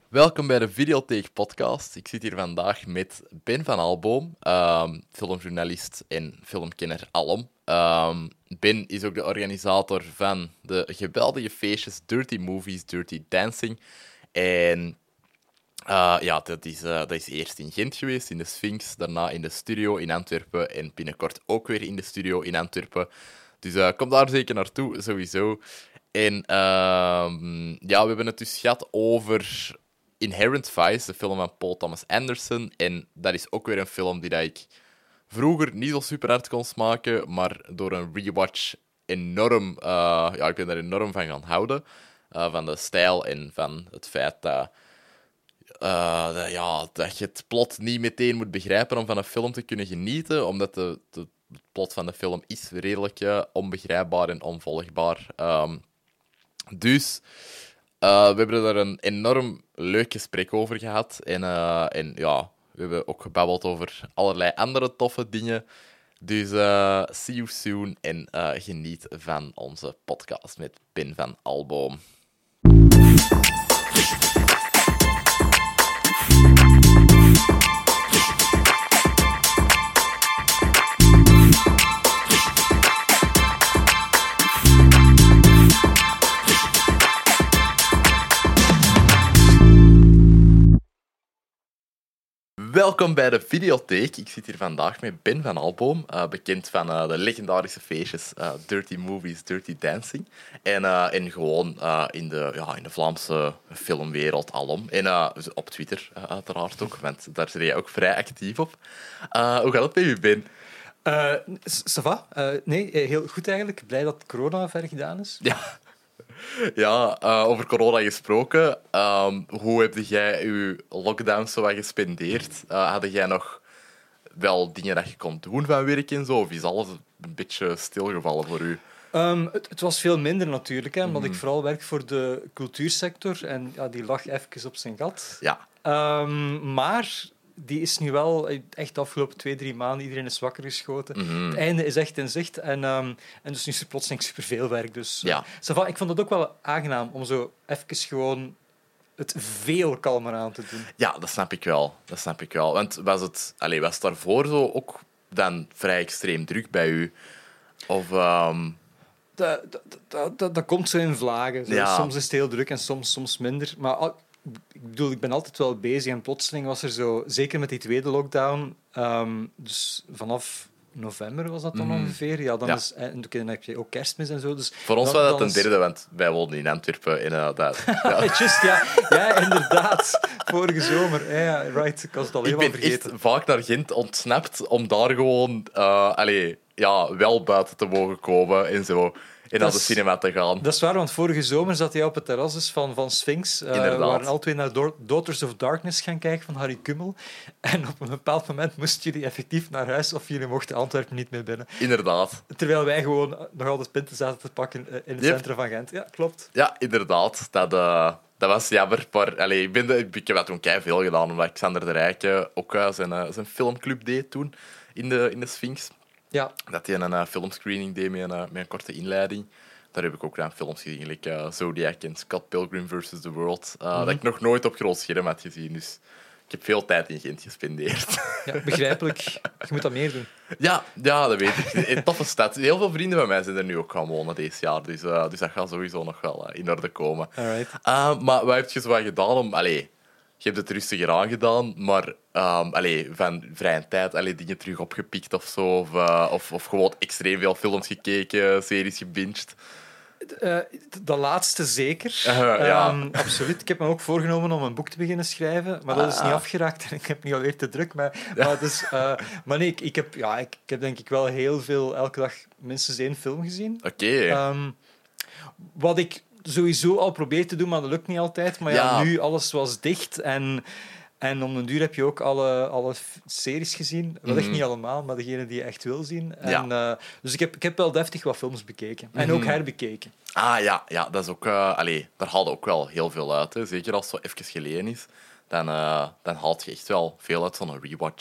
Welkom bij de Videotheek podcast. Ik zit hier vandaag met Ben van Alboom, filmjournalist en filmkenner alom. Ben is ook de organisator van de geweldige feestjes Dirty Movies, Dirty Dancing. En dat is eerst in Gent geweest, in de Sphinx, daarna in de studio in Antwerpen en binnenkort ook weer in de studio in Antwerpen. Dus kom daar zeker naartoe, sowieso. En we hebben het dus gehad over Inherent Vice, de film van Paul Thomas Anderson. En dat is ook weer een film die dat ik vroeger niet zo super hard kon smaken, maar door een rewatch enorm... ik ben daar enorm van gaan houden. Van de stijl en van het feit dat je het plot niet meteen moet begrijpen om van een film te kunnen genieten, omdat het plot van de film is redelijk onbegrijpbaar en onvolgbaar. Dus we hebben daar een enorm leuk gesprek over gehad. En we hebben ook gebabbeld over allerlei andere toffe dingen. Dus see you soon en geniet van onze podcast met Ben van Alboom. Welkom bij de Videotheek. Ik zit hier vandaag met Ben van Alboom, bekend van de legendarische feestjes Dirty Movies, Dirty Dancing. En gewoon in de Vlaamse filmwereld alom. En op Twitter uiteraard ook, want daar ben je ook vrij actief op. Hoe gaat het met u, Ben? Ça va? Nee, heel goed eigenlijk. Blij dat corona ver gedaan is. Ja, over corona gesproken. Hoe heb jij je lockdown zo wat gespendeerd? Had jij nog wel dingen dat je kon doen van werk en zo? Of is alles een beetje stilgevallen voor u? Het was veel minder natuurlijk, hè, omdat ik vooral werk voor de cultuursector. En ja, die lag even op zijn gat. Ja. Maar die is nu wel echt de afgelopen 2-3 maanden. Iedereen is wakker geschoten. Het einde is echt in zicht. En dus nu is er plotseling superveel werk. Dus Ja. ça va. Ik vond het ook wel aangenaam om zo even gewoon het veel kalmer aan te doen. Ja, dat snap ik wel. Want was het daarvoor zo ook dan vrij extreem druk bij u? Of... Dat komt zo in vlagen. Zo. Ja. Soms is het heel druk en soms minder. Maar ik bedoel, ik ben altijd wel bezig. En plotseling was er zo, zeker met die tweede lockdown, dus vanaf november was dat dan ongeveer. Ja, dan heb je ook Kerstmis en zo. Dus Voor ons was dat een derde, want wij woonden in Antwerpen. Ja. Just, ja, inderdaad. Vorige zomer. Ja, right. Ik was het al Ik helemaal ben vergeten. echt vaak naar Gent ontsnapt om daar gewoon wel buiten te mogen komen en zo. En naar de cinema te gaan. Dat is waar, want vorige zomer zat hij op het terras dus van Sphinx. We waren al twee naar Daughters of Darkness gaan kijken van Harry Kummel. En op een bepaald moment moesten jullie effectief naar huis of jullie mochten Antwerpen niet meer binnen. Inderdaad. Terwijl wij gewoon nog altijd pinten zaten te pakken in het centrum van Gent. Ja, klopt. Ja, inderdaad. Dat was jammer. Maar ik heb dat toen veel gedaan, omdat Xander de Rijke ook zijn filmclub deed toen in de Sphinx. Ja. Dat hij een filmscreening deed met een korte inleiding. Daar heb ik ook aan films gezien, like Zodiac en Scott Pilgrim vs. The World. Dat ik nog nooit op groot scherm had gezien. Dus ik heb veel tijd in Gent gespendeerd. Ja, begrijpelijk. Je moet dat meer doen. Ja, dat weet ik. Een toffe stad. Heel veel vrienden van mij zijn er nu ook gaan wonen deze jaar. Dus dat gaat sowieso nog wel in orde komen. Alright. Maar wat heb je zo wat gedaan om... Je hebt het rustiger aangedaan, maar van vrije tijd dingen terug opgepikt of zo? Of gewoon extreem veel films gekeken, series gebinged? Dat laatste zeker. Ja. Absoluut. Ik heb me ook voorgenomen om een boek te beginnen schrijven, maar dat is niet afgeraakt en ik heb niet alweer te druk. Maar nee, ik heb denk ik wel heel veel, elke dag minstens 1 film gezien. Oké. Wat ik sowieso al probeer te doen, maar dat lukt niet altijd. Maar nu alles was dicht en om den duur heb je ook alle series gezien. Wellicht niet allemaal, maar degene die je echt wil zien. Dus ik heb wel deftig wat films bekeken. En ook herbekeken. Ja, dat is ook... daar haalde ook wel heel veel uit. Hè. Zeker als het zo even geleden is. Dan haalt je echt wel veel uit zo'n rewatch.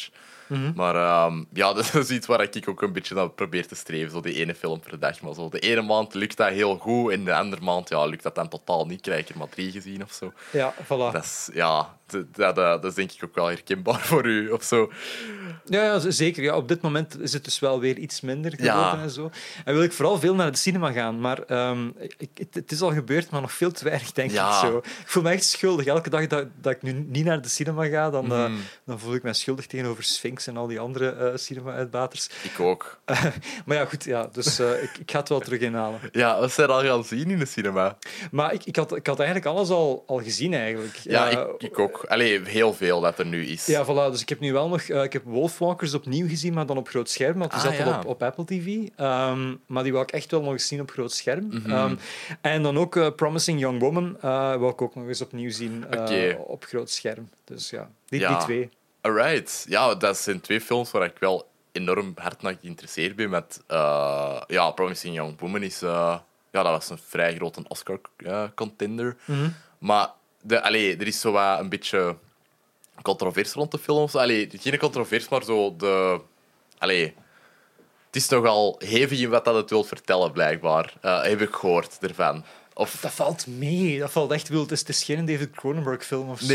Maar ja, dat is iets waar ik ook een beetje naar probeer te streven. Zo die ene film per dag. Maar zo de ene maand lukt dat heel goed en de andere maand lukt dat dan totaal niet. Krijg ik er maar 3 gezien of zo. Ja, voilà. Dat is, dat is denk ik ook wel herkenbaar voor u of zo. Ja, zeker. Ja, op dit moment is het dus wel weer iets minder geworden en zo. En wil ik vooral veel naar de cinema gaan. Maar het is al gebeurd, maar nog veel te weinig, denk ik zo. Ik voel me echt schuldig. Elke dag dat ik nu niet naar de cinema ga, dan voel ik me schuldig tegenover Sphinx en al die andere cinema-uitbaters. Ik ook. Maar ja, goed. Ja, dus ik ga het wel terug inhalen. Ja, wat zijn al gaan zien in de cinema? Maar ik had eigenlijk alles al gezien, eigenlijk. Ja, ik ook. Allee, heel veel dat er nu is. Ja, voilà. Dus ik heb nu wel nog... ik heb Wolfwalkers opnieuw gezien, maar dan op groot scherm. Want die zat al op Apple TV. Maar die wil ik echt wel nog eens zien op groot scherm. En dan ook Promising Young Woman wil ik ook nog eens opnieuw zien op groot scherm. Dus ja, die 2. Alright. Ja, dat zijn 2 films waar ik wel enorm hard naar geïnteresseerd ben. Met Promising Young Woman is... dat was een vrij grote Oscar-contender. Maar er is zo wat een beetje controverse rond de film. Geen controverse, maar zo de... het is nogal hevig in wat dat het wil vertellen, blijkbaar. Heb ik gehoord ervan. Of... Dat valt mee. Dat valt echt wild. Het is geen David Cronenberg-film of zo.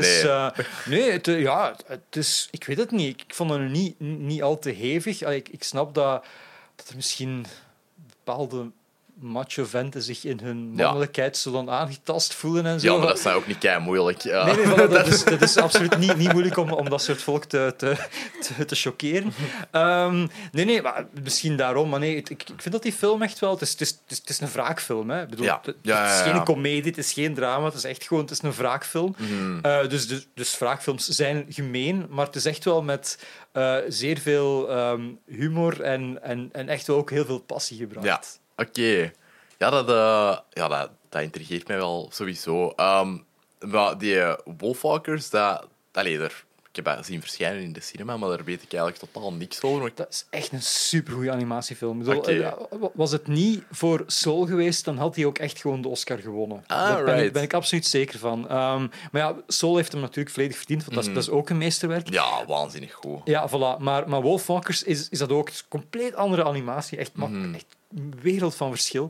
Het is... Ik weet het niet. Ik vond het niet al te hevig. Ik snap dat er misschien bepaalde macho-venten zich in hun mannelijkheid zullen aangetast voelen en zo. Ja, maar dat is nou ook niet kei moeilijk. Ja. Nee, dat is absoluut niet moeilijk om dat soort volk te choqueren. Nee, maar misschien daarom. Maar nee, ik vind dat die film echt wel... Het is een wraakfilm. Hè. Ik bedoel, het is geen komedie, het is geen drama. Het is echt gewoon een wraakfilm. Dus wraakfilms zijn gemeen, maar het is echt wel met zeer veel humor en echt wel ook heel veel passie gebracht. Ja. Oké. Ja, dat intrigeert mij wel sowieso. Maar die Wolfwalkers, ik heb dat zien verschijnen in de cinema, maar daar weet ik eigenlijk totaal niks over. Dat is echt een supergoeie animatiefilm. Was het niet voor Soul geweest, dan had hij ook echt gewoon de Oscar gewonnen. Daar ben ik absoluut zeker van. Maar ja, Soul heeft hem natuurlijk volledig verdiend, want dat is ook een meesterwerk. Ja, waanzinnig goed. Ja, voilà. Maar Wolfwalkers is dat ook. Een compleet andere animatie. Echt een wereld van verschil.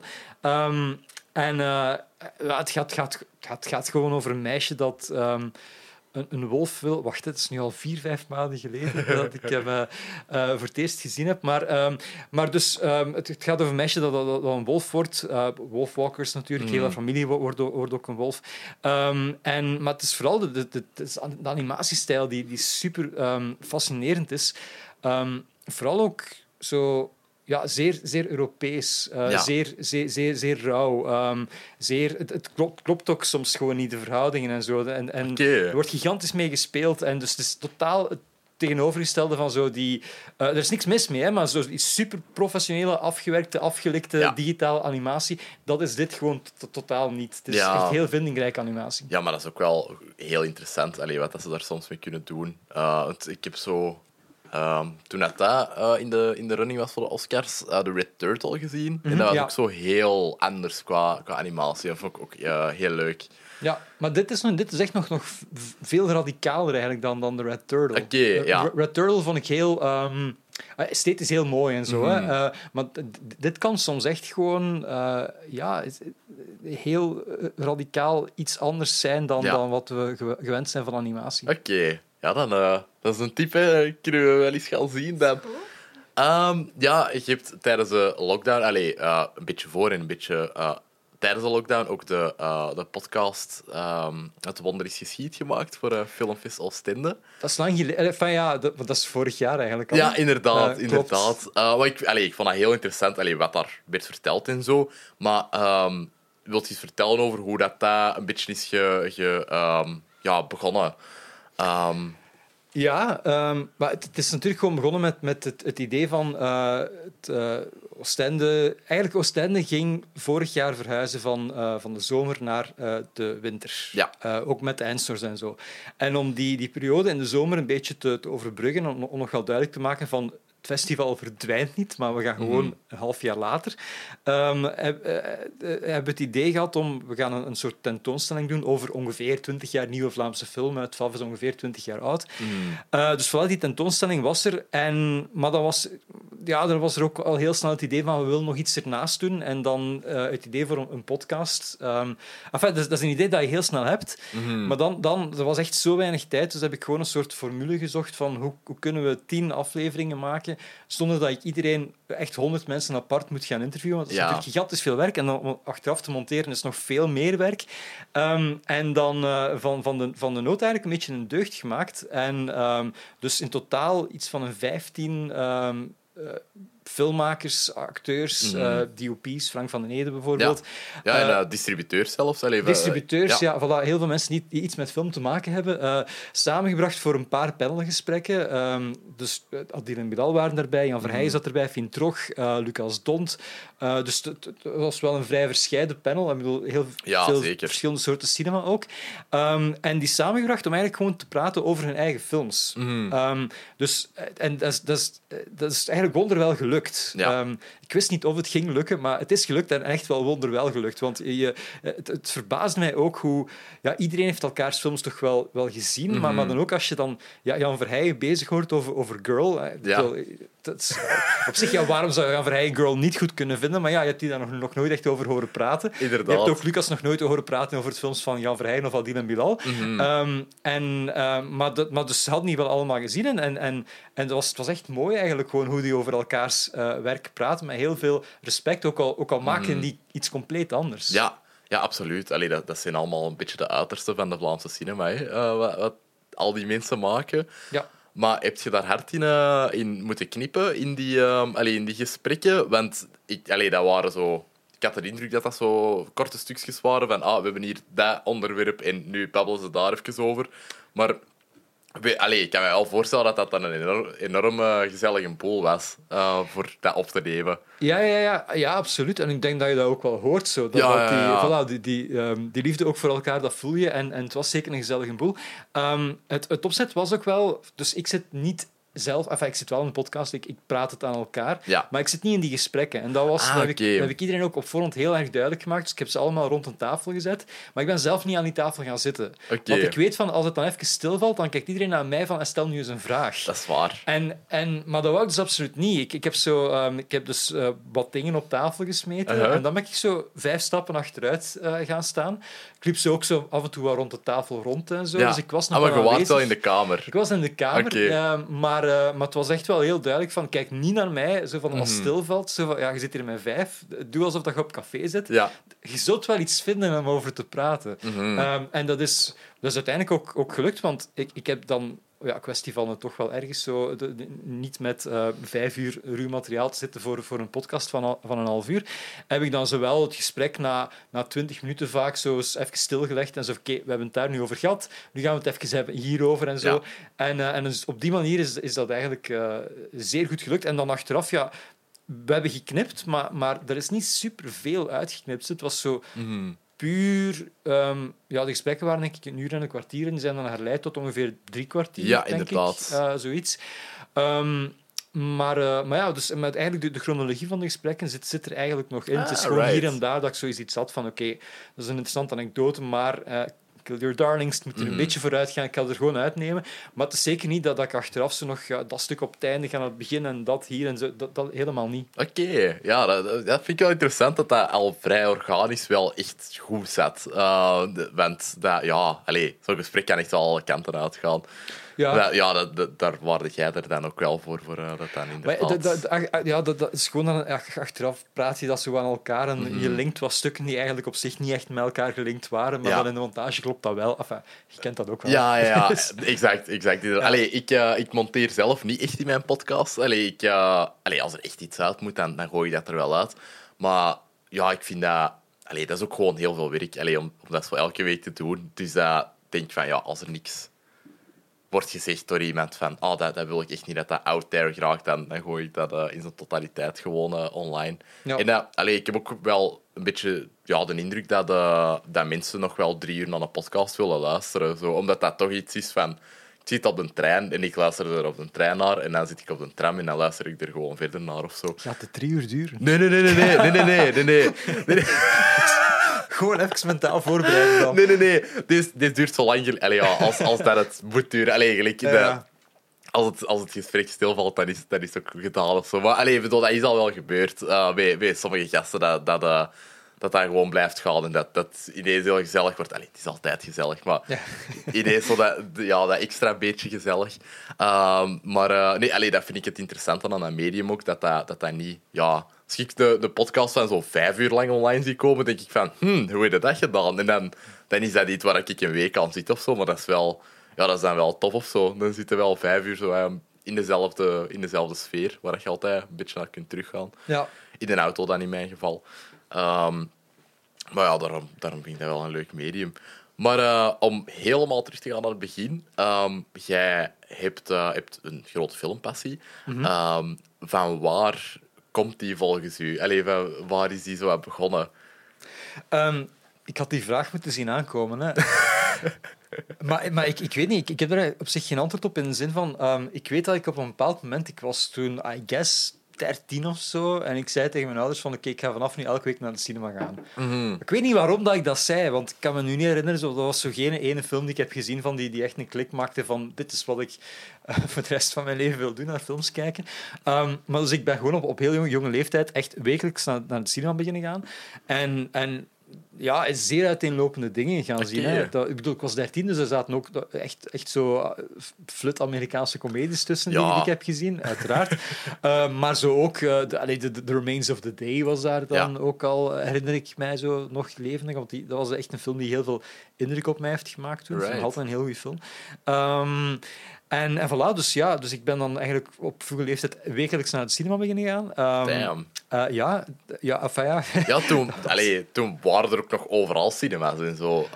Het gaat gewoon over een meisje dat... een wolf wil... Wacht, het is nu al 4-5 maanden geleden dat ik hem voor het eerst gezien heb. Maar dus, het gaat over een meisje dat een wolf wordt. Wolfwalkers natuurlijk. Hele familie wordt ook een wolf. Maar het is vooral de animatiestijl die super fascinerend is. Vooral ook zo... Ja, zeer, zeer Europees. Zeer rauw. Het klopt ook soms gewoon niet, de verhoudingen en zo. Er wordt gigantisch mee gespeeld. En dus het is totaal het tegenovergestelde van zo die... er is niks mis mee, hè, maar zo die super professionele, afgelikte digitale animatie, dat is dit gewoon totaal niet. Het is echt heel vindingrijk animatie. Ja, maar dat is ook wel heel interessant, wat ze daar soms mee kunnen doen. Want ik heb zo... toen dat in de running was voor de Oscars, de Red Turtle gezien. En dat was ook zo heel anders qua animatie. Dat vond ik ook heel leuk. Ja, maar dit is echt nog veel radicaler eigenlijk dan de Red Turtle. Red Turtle vond ik heel... esthetisch heel mooi en zo. Hè? Maar dit kan soms echt gewoon heel radicaal iets anders zijn dan wat we gewend zijn van animatie. Oké. Ja, dan, dat is een type, kunnen we wel eens gaan zien. Dan. Je hebt tijdens de lockdown, een beetje voor en een beetje tijdens de lockdown, ook de podcast Het Wonder is Geschied gemaakt voor Filmfest Oostende. Dat is lang geleden. Dat is vorig jaar eigenlijk al. Ja, inderdaad. Maar ik vond dat heel interessant, wat daar werd verteld en zo. Maar wil je iets vertellen over hoe dat een beetje is begonnen? Maar het is natuurlijk gewoon begonnen met het idee van Oostende. Eigenlijk, Oostende ging vorig jaar verhuizen van de zomer naar de winter. Ja. Ook met de eindstores en zo. En om die periode in de zomer een beetje te overbruggen, om nog wel duidelijk te maken van festival verdwijnt niet, maar we gaan gewoon een half jaar later. Hebben het idee gehad we gaan een soort tentoonstelling doen over ongeveer 20 jaar nieuwe Vlaamse film. Het FAF is ongeveer 20 jaar oud. Dus voilà, die tentoonstelling was er. Maar er was er ook al heel snel het idee van we willen nog iets ernaast doen. En dan het idee voor een podcast. Dat is een idee dat je heel snel hebt. Maar dan er was echt zo weinig tijd, dus heb ik gewoon een soort formule gezocht van hoe kunnen we 10 afleveringen maken zonder dat ik iedereen echt 100 mensen apart moet gaan interviewen. Want dat is natuurlijk gigantisch veel werk. En dan om achteraf te monteren is nog veel meer werk. En dan van de nood eigenlijk een beetje een deugd gemaakt. En dus in totaal iets van een 15 filmmakers, acteurs, DOP's, Frank van den Ede bijvoorbeeld. En distributeurs zelfs. Distributeurs, voilà, heel veel mensen die iets met film te maken hebben. Samengebracht voor een paar panelgesprekken. Dus Adil Bilal waren daarbij, Jan Verheij zat erbij, Fien Trog, Lucas Dont. Dus het was wel een vrij verscheiden panel. Ik bedoel, heel veel verschillende soorten cinema ook. En die samengebracht om eigenlijk gewoon te praten over hun eigen films. En dat is eigenlijk wonderwel gelukt. Ik wist niet of het ging lukken, maar het is gelukt en echt wel wonderwel gelukt. Want het verbaast mij ook hoe... Ja, iedereen heeft elkaars films toch wel gezien, maar dan ook als je dan Jan Verheij bezig hoort over Girl... Op zich, waarom zou Jan Verheij Girl niet goed kunnen vinden? Maar je hebt die daar nog nooit echt over horen praten. Inderdaad. Je hebt ook Lucas nog nooit horen praten over de films van Jan Verheij of Adil en Bilal. Maar dus ze hadden die wel allemaal gezien. En het was echt mooi eigenlijk gewoon hoe die over elkaars werk praten. Met heel veel respect. Ook al maken die iets compleet anders. Ja, absoluut. Allee, dat zijn allemaal een beetje de uiterste van de Vlaamse cinema. Wat al die mensen maken. Ja. Maar heb je daar hard in moeten knippen in die gesprekken? Want dat waren zo... Ik had de indruk dat dat zo korte stukjes waren van we hebben hier dat onderwerp en nu babbelen ze daar even over. Maar ik kan me wel voorstellen dat dat dan een enorm gezellige boel was voor dat op te nemen. Ja, absoluut. En ik denk dat je dat ook wel hoort. Zo. Die liefde ook voor elkaar, dat voel je. En het was zeker een gezellige boel. Het opzet was ook wel... Dus ik zit niet zelf... ik zit wel in een podcast, ik praat het aan elkaar. Ja. Maar ik zit niet in die gesprekken. En dat heb ik iedereen ook op voorhand heel erg duidelijk gemaakt. Dus ik heb ze allemaal rond een tafel gezet. Maar ik ben zelf niet aan die tafel gaan zitten. Want ik weet van, als het dan even stilvalt, dan kijkt iedereen naar mij van, en stel nu eens een vraag. Dat is waar. Maar dat wou ik dus absoluut niet. Ik heb dus wat dingen op tafel gesmeten. En dan ben ik zo 5 stappen achteruit gaan staan. Ik liep zo ook zo af en toe wel rond de tafel rond en zo. Ja. Dus ik was nog maar je was wel in de kamer. Ik was in de kamer, maar het was echt wel heel duidelijk van, kijk niet naar mij, zo van als het stilvalt, zo van, je zit hier met 5, doe alsof dat je op café zit. Ja. Je zult wel iets vinden om over te praten. En dat is uiteindelijk ook gelukt, want ik heb dan een kwestie van het toch wel ergens zo niet met 5 uur ruw materiaal te zitten voor een podcast van een half uur, heb ik dan zowel het gesprek na 20 minuten vaak zo eens even stilgelegd en zo, oké, we hebben het daar nu over gehad, nu gaan we het even hebben hierover en zo. Ja. En dus op die manier is dat eigenlijk zeer goed gelukt. En dan achteraf, we hebben geknipt, maar er is niet superveel uitgeknipt. Het was zo... puur... de gesprekken waren denk ik 1 uur en een kwartier en die zijn dan herleid tot ongeveer 3 kwartier, denk inderdaad. ik. Zoiets. Dus met eigenlijk de chronologie van de gesprekken zit er eigenlijk nog in. Het is gewoon hier en daar dat ik zoiets had van oké, dat is een interessante anekdote, maar... Kill Your Darlings, het moet er een beetje vooruit gaan, ik ga het er gewoon uitnemen. Maar het is zeker niet dat ik achteraf zo nog dat stuk op het einde ga naar het begin en dat hier en zo. Dat helemaal niet. Oké. Ja, dat vind ik wel interessant dat dat al vrij organisch wel echt goed zat. Want zo'n gesprek kan echt wel alle kanten uitgaan. Ja, daar waarde jij er dan ook wel voor dat dan inderdaad... Dat is gewoon dan, achteraf praat je dat zo aan elkaar en je linkt wat stukken die eigenlijk op zich niet echt met elkaar gelinkt waren, maar dan in de montage klopt dat wel. Enfin, je kent dat ook wel. Ja, exact. Ja. Ik monteer zelf niet echt in mijn podcast. Als er echt iets uit moet, dan gooi je dat er wel uit. Maar ja, ik vind dat... dat is ook gewoon heel veel werk om dat zo elke week te doen. Dus denk ik van, als er niks... wordt gezegd door iemand van dat wil ik echt niet dat out there geraakt, dan gooi ik dat in zijn totaliteit gewoon online. Ja. En ik heb ook wel een beetje de indruk dat mensen nog wel 3 uur naar een podcast willen luisteren. Zo, omdat dat toch iets is van... zit op de trein en ik luister er op de trein naar en dan zit ik op de tram en dan luister ik er gewoon verder naar of zo. Gaat het 3 uur duren? Nee. Gewoon even mentaal voorbereiden dan. Nee. Dit duurt zo lang als dat het moet duren. Als het gesprek stilvalt, dan is het ook gedaan of zo. Maar dat is al wel gebeurd bij sommige gasten, dat gewoon blijft gaan en dat ineens heel gezellig wordt. Het is altijd gezellig, maar ineens zo dat extra beetje gezellig. Dat vind ik het interessante aan dat medium ook, dat niet... Ja, als ik de podcast van zo 5 uur lang online zie komen, denk ik van, hoe heb je dat gedaan? En dan is dat iets waar ik een week aan zit of zo, maar dat is wel... Ja, dat is dan wel tof of zo. Dan zitten we wel 5 uur zo, in dezelfde sfeer, waar je altijd een beetje naar kunt teruggaan. Ja. In een auto dan, in mijn geval. Maar ja, daarom vind ik dat wel een leuk medium. Maar om helemaal terug te gaan naar het begin. Jij hebt een grote filmpassie. Van waar komt die volgens u? Van waar is die zo begonnen? Ik had die vraag moeten zien aankomen. Hè. maar ik weet niet. Ik heb er op zich geen antwoord op in de zin van... ik weet dat ik op een bepaald moment... Ik was toen, I guess, 13 of zo. En ik zei tegen mijn ouders van... Oké, ik ga vanaf nu elke week naar de cinema gaan. Ik weet niet waarom dat ik dat zei. Want ik kan me nu niet herinneren. Dat was zo geen ene film die ik heb gezien van die echt een klik maakte van... Dit is wat ik voor de rest van mijn leven wil doen, naar films kijken. Maar dus ik ben gewoon op heel jonge leeftijd echt wekelijks naar de cinema beginnen gaan. En ja, zeer uiteenlopende dingen gaan zien. Hè. Ik was 13, dus er zaten ook echt zo flut Amerikaanse comedies tussen die ik heb gezien, uiteraard. Maar zo ook The Remains of the Day was daar dan ook al, herinner ik mij zo nog levendig. Want dat was echt een film die heel veel indruk op mij heeft gemaakt toen. Right. Altijd een heel goede film. En voilà, dus ik ben dan eigenlijk op vroege leeftijd wekelijks naar het cinema beginnen gaan. Damn. Ja. Ja, toen waren er ook nog overal cinema's en zo.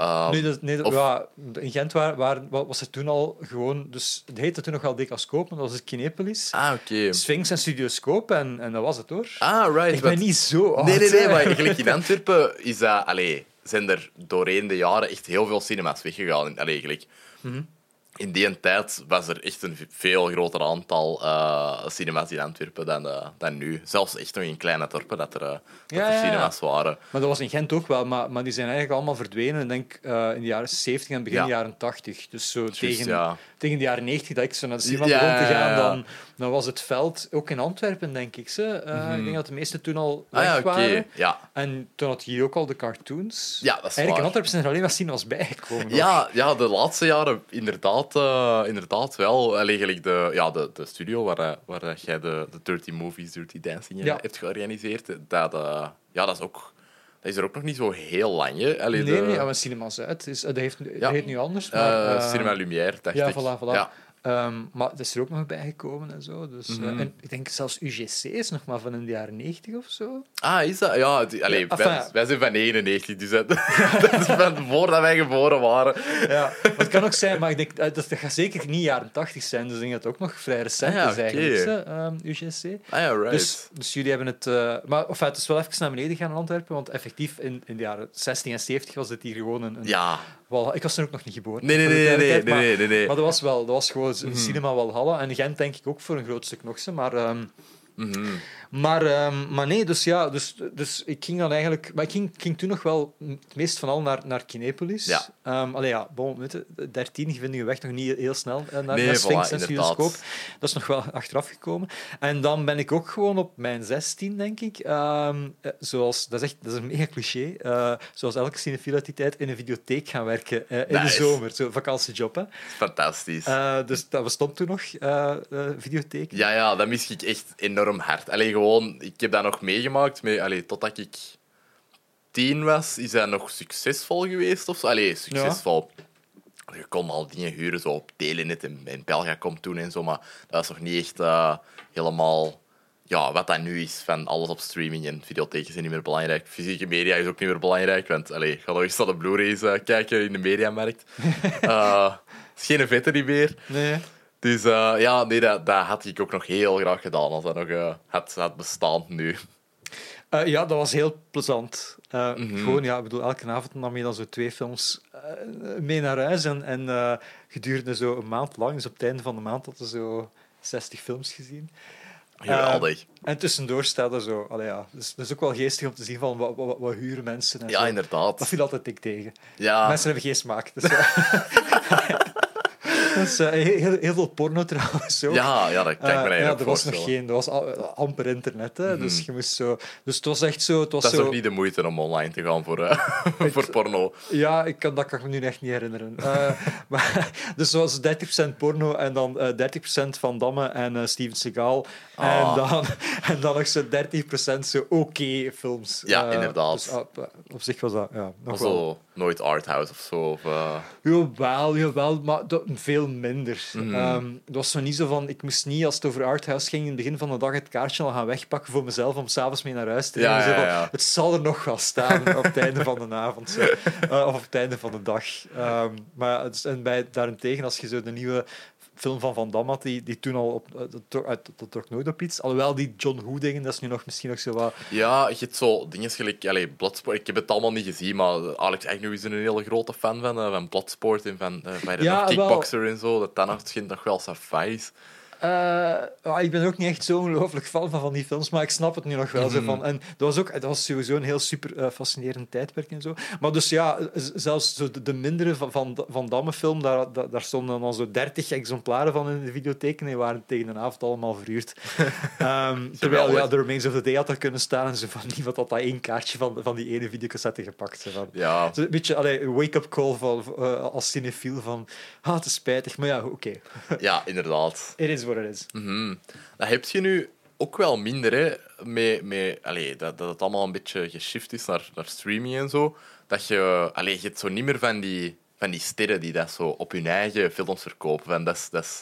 In Gent was het toen al gewoon... Dus het heette toen nog wel Decascoop, maar dat was het Kinepolis. Oké. Sphinx en Studioscoop, en dat was het, hoor. Right. Ik ben niet zo oud. Nee, maar gelijk in Antwerpen is dat... zijn er doorheen de jaren echt heel veel cinema's weggegaan. In die tijd was er echt een veel groter aantal cinema's in Antwerpen dan nu. Zelfs echt nog in kleine dorpen dat er cinema's waren. Maar dat was in Gent ook wel, maar die zijn eigenlijk allemaal verdwenen. Ik denk in de jaren 70 en begin jaren 80. Dus zo tegen de jaren 90 dat ik zo naar de cinema begon te gaan, dan was het veld, ook in Antwerpen, denk ik. Ik denk dat de meesten toen al weg waren. Ja. En toen had je hier ook al de cartoons. Ja, dat is eigenlijk waar. in Antwerpen zijn er alleen maar cinemas bijgekomen. Ja, de laatste jaren inderdaad wel. Eigenlijk de studio waar jij de Dirty Movies, Dirty Dancing hebt georganiseerd, dat is ook... Dat is er ook nog niet zo heel lang, hè? Nee, maar Cinema Zuid. Dat heet nu anders. Maar, Cinema Lumière, dacht ik. Voilà. Ja. Maar dat is er ook nog bijgekomen en zo. Dus, en ik denk zelfs UGC is nog maar van in de jaren 90 of zo. Is dat? Ja, wij zijn van 91, dus dat is van voordat wij geboren waren. Ja, het kan ook zijn, maar ik denk dat gaat zeker niet jaren 80 zijn. Dus ik denk dat het ook nog vrij recent is eigenlijk, UGC. Right. Dus jullie hebben het... maar het is wel even naar beneden gaan in Antwerpen, want effectief in de jaren 60 en 70 was dit hier gewoon een... Wel, ik was er ook nog niet geboren. Nee. Maar dat was gewoon een cinema Walhalla. En Gent denk ik ook voor een groot stuk nog. Maar nee, dus ik ging dan eigenlijk... Maar ik ging toen nog wel het meest van al naar Kinepolis. Ja. 13 vind je weg nog niet heel snel naar Sphinx en Studioscoop. Dat is nog wel achteraf gekomen. En dan ben ik ook gewoon op mijn 16, denk ik. Dat is een mega cliché. Zoals elke cinefiel uit die tijd in een videotheek gaan werken in de zomer. Zo'n vakantiejob. Hè. Fantastisch. Dus dat bestond toen nog, videotheek. Ja, dat mis ik echt enorm hard. Ik heb dat nog meegemaakt. Totdat ik 10 was, is dat nog succesvol geweest. Of zo. Succesvol. Ja. Je kon al dingen huren zo op Telenet en Belgacom toen en zo, maar dat was nog niet echt helemaal... Ja, wat dat nu is van alles op streaming en videotheken zijn niet meer belangrijk. Fysieke media is ook niet meer belangrijk, want ga nog eens naar de Blu-rays kijken in de mediamarkt. Het is geen vette niet meer. Nee. Dus dat had ik ook nog heel graag gedaan als dat nog had bestaan nu. Ja, dat was heel plezant. Gewoon, ja, ik bedoel, elke avond nam je dan zo 2 films mee naar huis. En gedurende zo een maand lang, dus op het einde van de maand, hadden we zo 60 films gezien. Geweldig. En tussendoor staat er zo... Allee, ja, dus dat is ook wel geestig om te zien van wat huren mensen en Ja, zo. inderdaad. Dat viel altijd dik tegen. Ja. Mensen hebben geen smaak. Dus, dus, heel veel porno trouwens ook. Ja, dat kan ik me eigenlijk er was voorstellen. er was amper internet, hè, dus je moest zo... Dus het was echt zo... Dat is toch niet de moeite om online te gaan voor porno? Ja, dat kan ik me nu echt niet herinneren. Dus het was 30% porno en dan 30% Van Damme en Steven Seagal. En dan nog zo 30% zo oké films. Ja, inderdaad. Dus, op zich was dat nog Zo wel... nooit arthouse of zo. Of, Jawel, maar veel minder. Het was zo niet zo van... Ik moest niet, als het over arthouse ging, in het begin van de dag het kaartje al gaan wegpakken voor mezelf om s'avonds mee naar huis te gaan. Ja. Het zal er nog wel staan op het einde van de avond. Zo. Of op het einde van de dag. Maar daarentegen, als je zo de nieuwe film van Damme had, die toen al dat trok nooit op iets. Alhoewel die John Woo dingen, dat is nu nog misschien nog zo wat... Ja, je hebt zo dingen gelijk... Bloodsport, ik heb het allemaal niet gezien, maar Alex Agnew is een hele grote fan van Bloodsport en van Kickboxer en zo. Dat dan schijnt nog wel safais. Ik ben ook niet echt zo ongelooflijk fan van die films, maar ik snap het nu nog wel. Zo van. En dat was sowieso een heel super fascinerend tijdperk en zo. Maar dus ja, zelfs zo de mindere van Damme-film, daar stonden dan zo 30 exemplaren van in de videotheek en die waren tegen een avond allemaal verhuurd. Terwijl The Remains of the Day had er kunnen staan en zo van niemand had dat 1 kaartje van die ene videocassette gepakt. Zo van. Ja. Zo een beetje een wake-up call als cinefiel van het is spijtig, maar ja, oké. Ja, inderdaad. It is what it is. Dat heb je nu ook wel minder, hè, dat het allemaal een beetje geshift is naar streaming en zo. Dat je hebt zo niet meer van die sterren die dat zo op hun eigen films verkopen. Dat is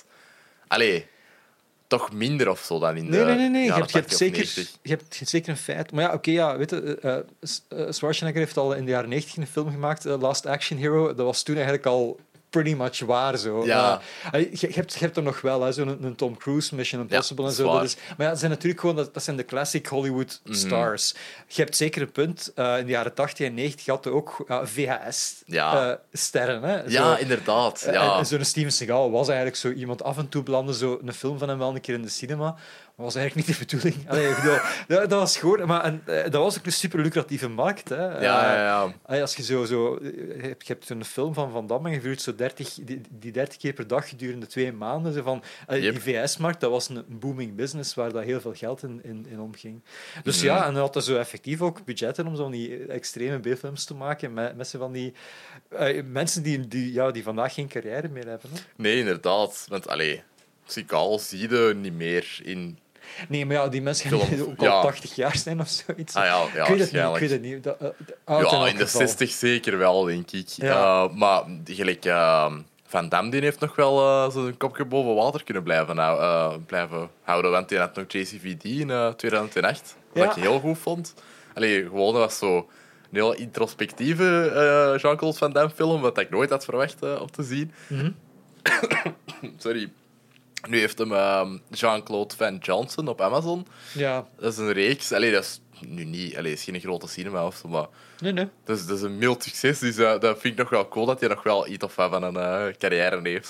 toch minder of zo dan in de Nee. Je hebt zeker een feit. Maar ja, weet je, Schwarzenegger heeft al in de jaren 90 een film gemaakt, Last Action Hero. Dat was toen eigenlijk al pretty much waar. Zo. Ja. Je hebt er nog wel, zo'n Tom Cruise, Mission Impossible en zo. Maar ja, dat zijn natuurlijk gewoon dat zijn de classic Hollywood stars. Je hebt zeker een punt. In de jaren 80 en 90 had je ook VHS-sterren. Ja, inderdaad. Ja. En zo'n Steven Seagal was eigenlijk zo iemand. Af en toe belandde zo een film van hem wel een keer in de cinema. Dat was eigenlijk niet de bedoeling. Dat was gewoon... Maar dat was ook een super lucratieve markt. Hè. Ja. Als je je hebt een film van Damme gevuurd, zo 30 keer per dag gedurende 2 maanden. Zo van, die VS-markt, dat was een booming business waar dat heel veel geld in omging. Dus ja, en dan had er zo effectief ook budgetten om zo'n die extreme B-films te maken met zo van die mensen die vandaag geen carrière meer hebben. Hè. Nee, inderdaad. Want, Seagal zie je niet meer in... Nee, maar ja, die mensen gaan ook al 80 jaar zijn of zoiets. Ik weet het niet. In de 60 zeker wel, denk ik. Ja. Maar gelijk... Van Damme die heeft nog wel zijn kopje boven water kunnen blijven houden. Want hij had nog JCVD in 2008. Wat ik heel goed vond. Gewoon, dat was zo een heel introspectieve Jean-Claude Van Damme film, wat ik nooit had verwacht om te zien. Sorry. Nu heeft hem Jean-Claude Van Johnson op Amazon. Ja. Dat is een reeks. Dat is nu niet... is geen grote cinema of zo, maar... Nee. Dat is een mild succes, dus dat vind ik nog wel cool dat hij nog wel iets of wat van een carrière heeft.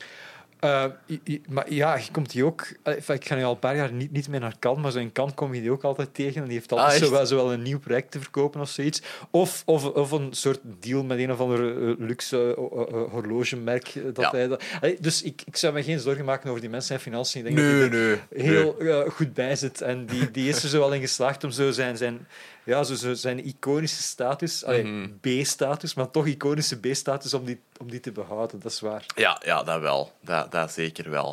Maar ja, je komt die ook... Ik ga nu al een paar jaar niet meer naar Cannes, maar zo in Cannes kom je die ook altijd tegen. En die heeft altijd zowel een nieuw project te verkopen of zoiets. Of een soort deal met een of ander luxe horlogemerk. Dus ik zou me geen zorgen maken over die mensen en financiën. Ik denk dat hij er heel goed bij zit. En die is er zo wel in geslaagd om zo zijn iconische status, B-status, maar toch iconische B-status, om die te behouden. Dat is waar. Ja, dat wel. Dat zeker wel.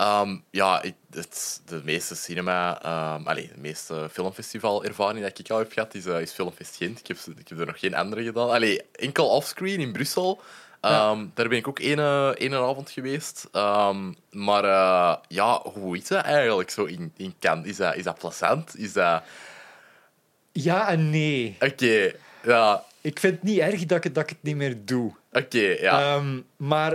De meeste cinema... de meeste filmfestivalervaring dat ik al heb gehad, is Filmfest Gent. Ik heb er nog geen andere gedaan. Enkel offscreen in Brussel. Daar ben ik ook één avond geweest. Maar hoe is dat eigenlijk zo in Cannes? Is dat plezant? Is dat... Ja en nee. Oké, ja. Ik vind het niet erg dat ik het niet meer doe. Oké, ja. Maar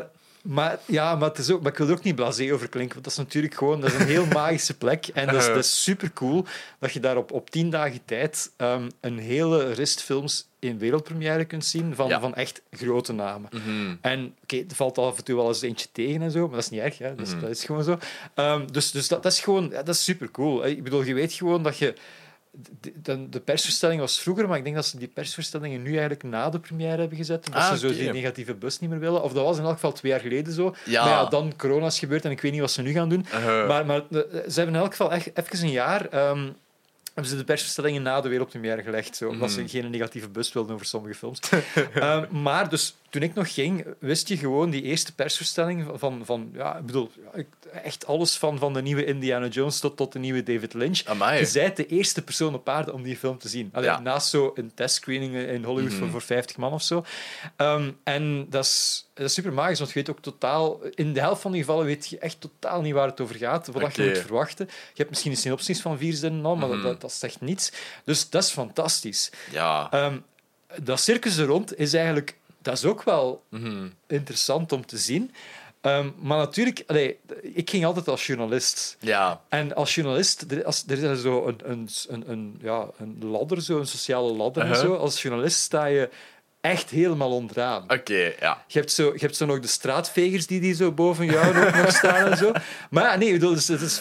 Maar het is ook, maar ik wil er ook niet blasé over klinken, want dat is natuurlijk gewoon dat is een heel magische plek. En dat is super cool dat je daar op 10 dagen tijd een hele rist films in wereldpremière kunt zien van echt grote namen. Mhm. En oké, er valt af en toe wel eens eentje tegen en zo, maar dat is niet erg. Hè? Dat is gewoon zo. Dus dat is gewoon dat is super cool. Ik bedoel, je weet gewoon dat je... De persverstelling was vroeger, maar ik denk dat ze die persverstellingen nu eigenlijk na de première hebben gezet. Omdat ze zo die negatieve bus niet meer willen. Of dat was in elk geval 2 jaar geleden zo. Ja. Maar ja, dan corona is gebeurd en ik weet niet wat ze nu gaan doen. Maar ze hebben in elk geval even een jaar... hebben ze de persverstellingen na de wereldpremière gelegd, zo, omdat ze geen negatieve bus wilden over sommige films. Maar dus toen ik nog ging, wist je gewoon die eerste persverstelling van ik bedoel, echt alles van de nieuwe Indiana Jones tot de nieuwe David Lynch. Amai. Je bent de eerste persoon op aarde om die film te zien. Allee, naast zo een testscreening in Hollywood voor 50 man of zo. En dat is super magisch, want je weet ook totaal... In de helft van de gevallen weet je echt totaal niet waar het over gaat, wat je moet verwachten. Je hebt misschien een synopsis van 4 zinnen al, maar dat zegt niets. Dus dat is fantastisch. Ja. Dat circus er rond is eigenlijk... Dat is ook wel interessant om te zien. Maar natuurlijk, ik ging altijd als journalist. Ja. En als journalist, er is zo een ladder, zo, een sociale ladder en zo. Als journalist sta je echt helemaal onderaan. Oké, ja. Je hebt zo nog de straatvegers die zo boven jou nog staan en zo. Maar ja, nee, ik bedoel,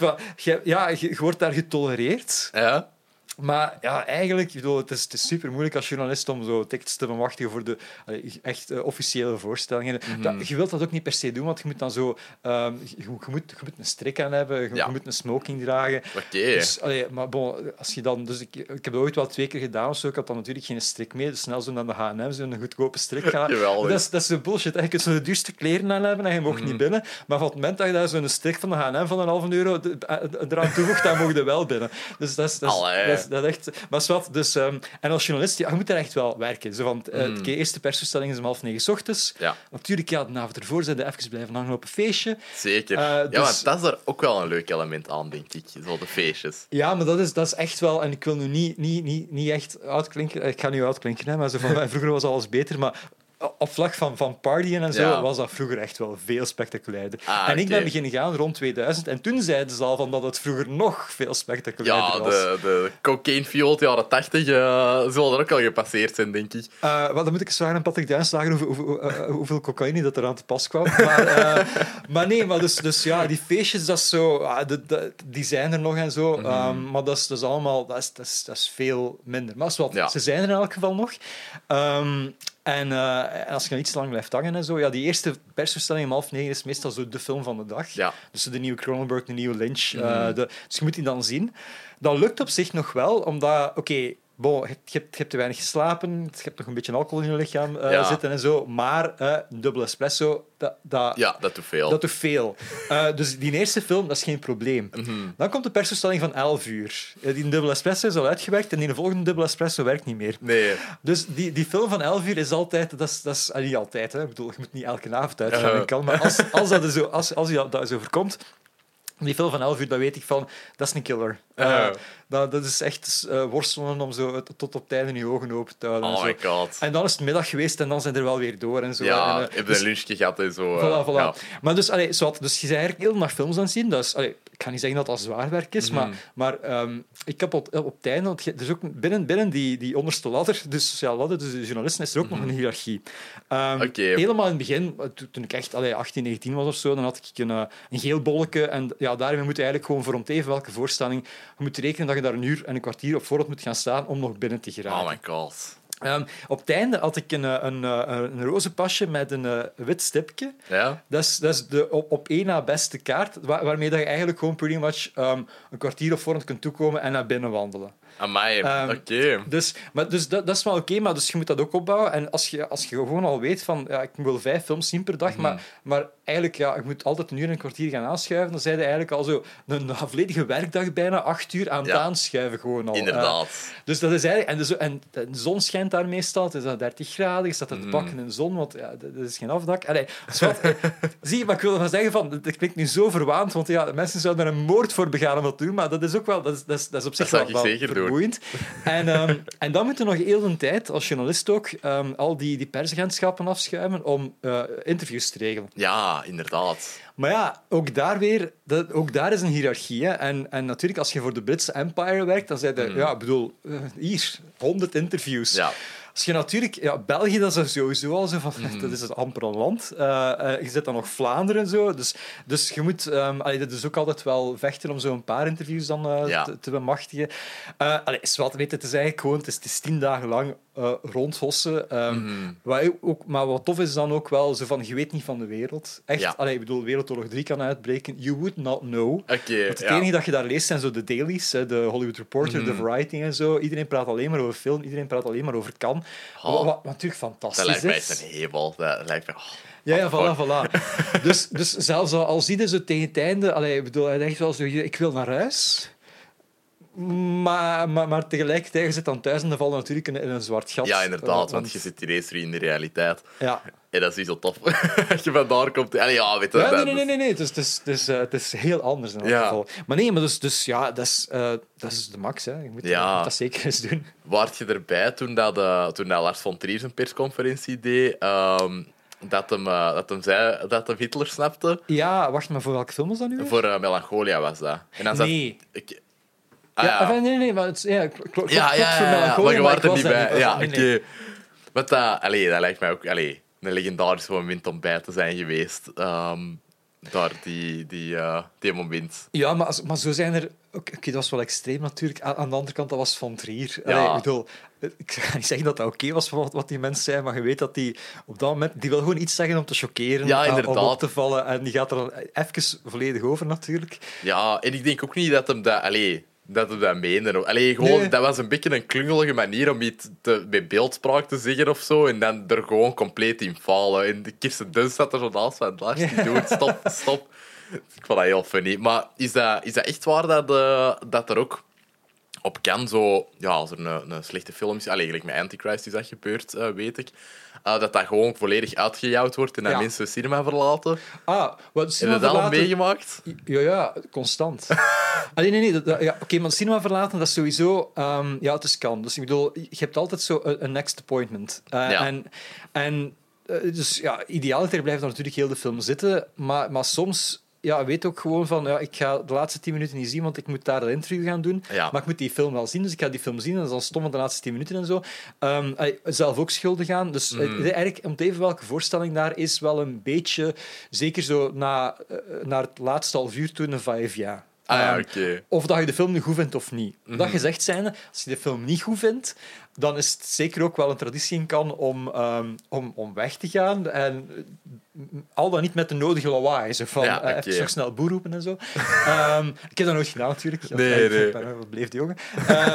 je wordt daar getolereerd. Ja. Maar ja, eigenlijk, ik bedoel, het is super moeilijk als journalist om zo tekst te bemachtigen voor de echt officiële voorstellingen. Je wilt dat ook niet per se doen, want je moet dan zo... je moet een strik aan hebben, je moet een smoking dragen. Dus, maar bon, als je dan... Dus ik heb het ooit wel 2 keer gedaan of zo. Ik had dan natuurlijk geen strik mee, dus snel zo naar de H&M, zo'n goedkope strik gaan. Dat is zo bullshit. Je kunt zo de duurste kleren aan hebben en je mag niet binnen. Maar van het moment dat je daar zo'n strik van de H&M van €1,5 eraan toevoegt, dan mag je wel binnen. Dus dat is echt... Maar zwart, dus... en als journalist, je moet er echt wel werken. Zo van, de eerste persverstelling is om 8:30 's ochtends. Ja. Natuurlijk, de avond ervoor zijn even blijven hangen op een feestje. Zeker. Dus, ja, maar dat is er ook wel een leuk element aan, denk ik. Zo de feestjes. Ja, maar dat is echt wel... En ik wil nu niet echt uitklinken... Ik ga nu uitklinken, hè, maar zo van, vroeger was alles beter, maar... Op vlak van partyen en zo was dat vroeger echt wel veel spectaculairder. En ik ben beginnen gaan rond 2000 en toen zeiden ze al van dat het vroeger nog veel spectaculairder was. Ja, de cocaine-viool uit de jaren 80 zullen er ook al gepasseerd zijn, denk ik. Dan moet ik eens vragen aan Patrick Duinslager hoeveel cocaïne dat er aan te pas kwam. Maar nee, maar dus ja, die feestjes, dat is zo, die zijn er nog en zo. Maar dat is allemaal... Dat is veel minder. Maar ze zijn er in elk geval nog. En als je dan iets te lang blijft hangen en zo... Ja, die eerste persverstelling om 8:30 is meestal zo de film van de dag. Ja. Dus de nieuwe Cronenberg, de nieuwe Lynch. Dus je moet die dan zien. Dat lukt op zich nog wel, omdat... Oké, je hebt te weinig geslapen, je hebt nog een beetje alcohol in je lichaam zitten en zo. Maar een dubbele espresso, dat doet veel. Dat doet veel. Dus die eerste film, dat is geen probleem. Dan komt de persverstelling van 11 uur. Die dubbele espresso is al uitgewerkt en die volgende dubbele espresso werkt niet meer. Nee. Dus die film van 11 uur is altijd... Dat is niet altijd, hè. Ik bedoel, je moet niet elke avond uitgaan. Maar als je dat zo overkomt... Die film van 11 uur, dat weet ik van, dat is een killer. Dat is echt worstelen om zo tot op tijd in je ogen open te houden. Oh my god. En dan is het middag geweest en dan zijn er wel weer door. En zo. Ja, ik heb een lunchje gehad en zo. Voilà. Ja. Maar dus je bent eigenlijk heel naar films aan het zien. Dus, ik ga niet zeggen dat dat zwaar werk is, maar ik heb op het einde... Want er is ook binnen die onderste ladder, de sociale ladder, dus de journalisten, is er ook nog een hiërarchie. Helemaal in het begin, toen ik echt 18, 19 was of zo, dan had ik een geel bolletje en daarmee moet je eigenlijk gewoon voor om welke voorstelling... Je moet rekenen dat je daar een uur en een kwartier op voorhand moet gaan staan om nog binnen te geraken. Oh my god. Op het einde had ik een roze pasje met een wit stipje. Ja? Dat is de op één na beste kaart, waarmee dat je eigenlijk gewoon pretty much een kwartier op voorhand kunt toekomen en naar binnen wandelen. Amai, oké. Dus dat is wel oké, maar dus je moet dat ook opbouwen. En als je gewoon al weet van, ik wil 5 films zien per dag, maar eigenlijk, je moet altijd een uur en een kwartier gaan aanschuiven, dan zijn je eigenlijk al zo een volledige werkdag bijna 8 uur aan het aanschuiven gewoon al. Inderdaad. Dus dat is eigenlijk... En de zon schijnt daar meestal, het is 30 graden, je staat er te bakken in de zon, want dat is geen afdak. Zie, maar ik wil ervan zeggen, dat klinkt nu zo verwaand, want mensen zouden er een moord voor begaan om dat te doen, maar dat is ook wel... Dat is op zich dat wel zeker doen. doen. boeiend. En dan moet je nog heel de tijd, als journalist ook, al die persagentschappen afschuimen om interviews te regelen. Ja, inderdaad. Maar ja, ook daar weer, ook daar is een hiërarchie. Hè. En natuurlijk, als je voor de Britse Empire werkt, dan zei je, ja, ik bedoel, hier, 100 interviews. Ja. Als je natuurlijk... Ja, België, dat is sowieso al zo van... Dat is amper een land. Je zit dan nog Vlaanderen en zo. Dus je moet... dat is ook altijd wel vechten om zo'n paar interviews dan te bemachtigen. Zwart weten, het is eigenlijk gewoon... Het is 10 dagen lang rondhossen. Maar wat tof is dan ook wel zo van... Je weet niet van de wereld. Echt, ik bedoel, Wereldoorlog 3 kan uitbreken. You would not know. Okay, want het enige dat je daar leest zijn zo de dailies. De Hollywood Reporter, de Variety en zo. Iedereen praat alleen maar over film. Iedereen praat alleen maar over Cannes. Wat natuurlijk fantastisch is. Dat lijkt mij een hebel. Dat lijkt mij... Ja, voilà. Dus zelfs al zie je zo tegen het einde... Ik bedoel, hij denkt wel zo... Ik wil naar huis... Maar tegelijkertijd, je zit dan thuis en dan valt je natuurlijk in een zwart gat. Ja, inderdaad, want je zit ineens weer in de realiteit. Ja. En dat is niet zo tof. Als je vandaar komt... Nee. Het is heel anders in elk geval. Maar nee, dat is de max. Hè. Je moet dat zeker eens doen. Waart je erbij toen Lars von Trier zijn persconferentie deed... Dat hem zei dat hij Hitler snapte? Ja, wacht, maar voor welke film was dat nu weer? Voor Melancholia was dat. En dan nee. Nee, maar het klopt voor Melancholia, maar je was er niet bij. Ja, oké. Dat lijkt mij ook een legendarisch moment om bij te zijn geweest. Daar, die moment. Ja, maar zo zijn er... Oké, dat was wel extreem natuurlijk. Aan de andere kant, dat was Von Trier. Ja. Ik ga niet zeggen dat dat oké was wat die mensen zei, maar je weet dat die op dat moment... Die wil gewoon iets zeggen om te chockeren, om op te vallen. En die gaat er dan even volledig over, natuurlijk. Ja, en ik denk ook niet dat hem dat meende. Nee. Dat was een beetje een klungelige manier om iets met beeldspraak te zeggen of zo, en dan er gewoon compleet in falen. En de Kirsten Dunst zat er zo naast van, Lars, niet doen, stop. Ik vond dat heel funny. Maar is dat echt waar dat er ook op kan zo... Ja, als er een slechte film is... Gelijk met Antichrist is dat gebeurd, weet ik. Dat gewoon volledig uitgejouwd wordt en dat mensen de cinema verlaten. Wat heb je dat al meegemaakt? Ja, constant. Nee. Oké, maar cinema verlaten, dat is sowieso... het is kan. Dus ik bedoel, je hebt altijd zo een next appointment. Dus idealiter blijft dan natuurlijk heel de film zitten, maar soms... Ja, weet ook gewoon van, ik ga de laatste 10 minuten niet zien, want ik moet daar een interview gaan doen. Ja. Maar ik moet die film wel zien, dus ik ga die film zien en dat is dan stom van de laatste 10 minuten en zo. Zelf ook schuldig aan. Dus eigenlijk, om te even welke voorstelling daar is, wel een beetje, zeker zo naar het laatste half uur toe, een 5 jaar. Of dat je de film nu goed vindt of niet. Dat gezegd zijnde, als je de film niet goed vindt, dan is het zeker ook wel een traditie in kan om weg te gaan. En al dan niet met de nodige lawaai. Zo van, even zo snel boer roepen en zo. Ik heb dat nooit gedaan, natuurlijk. Nee. Wat bleef die jongen?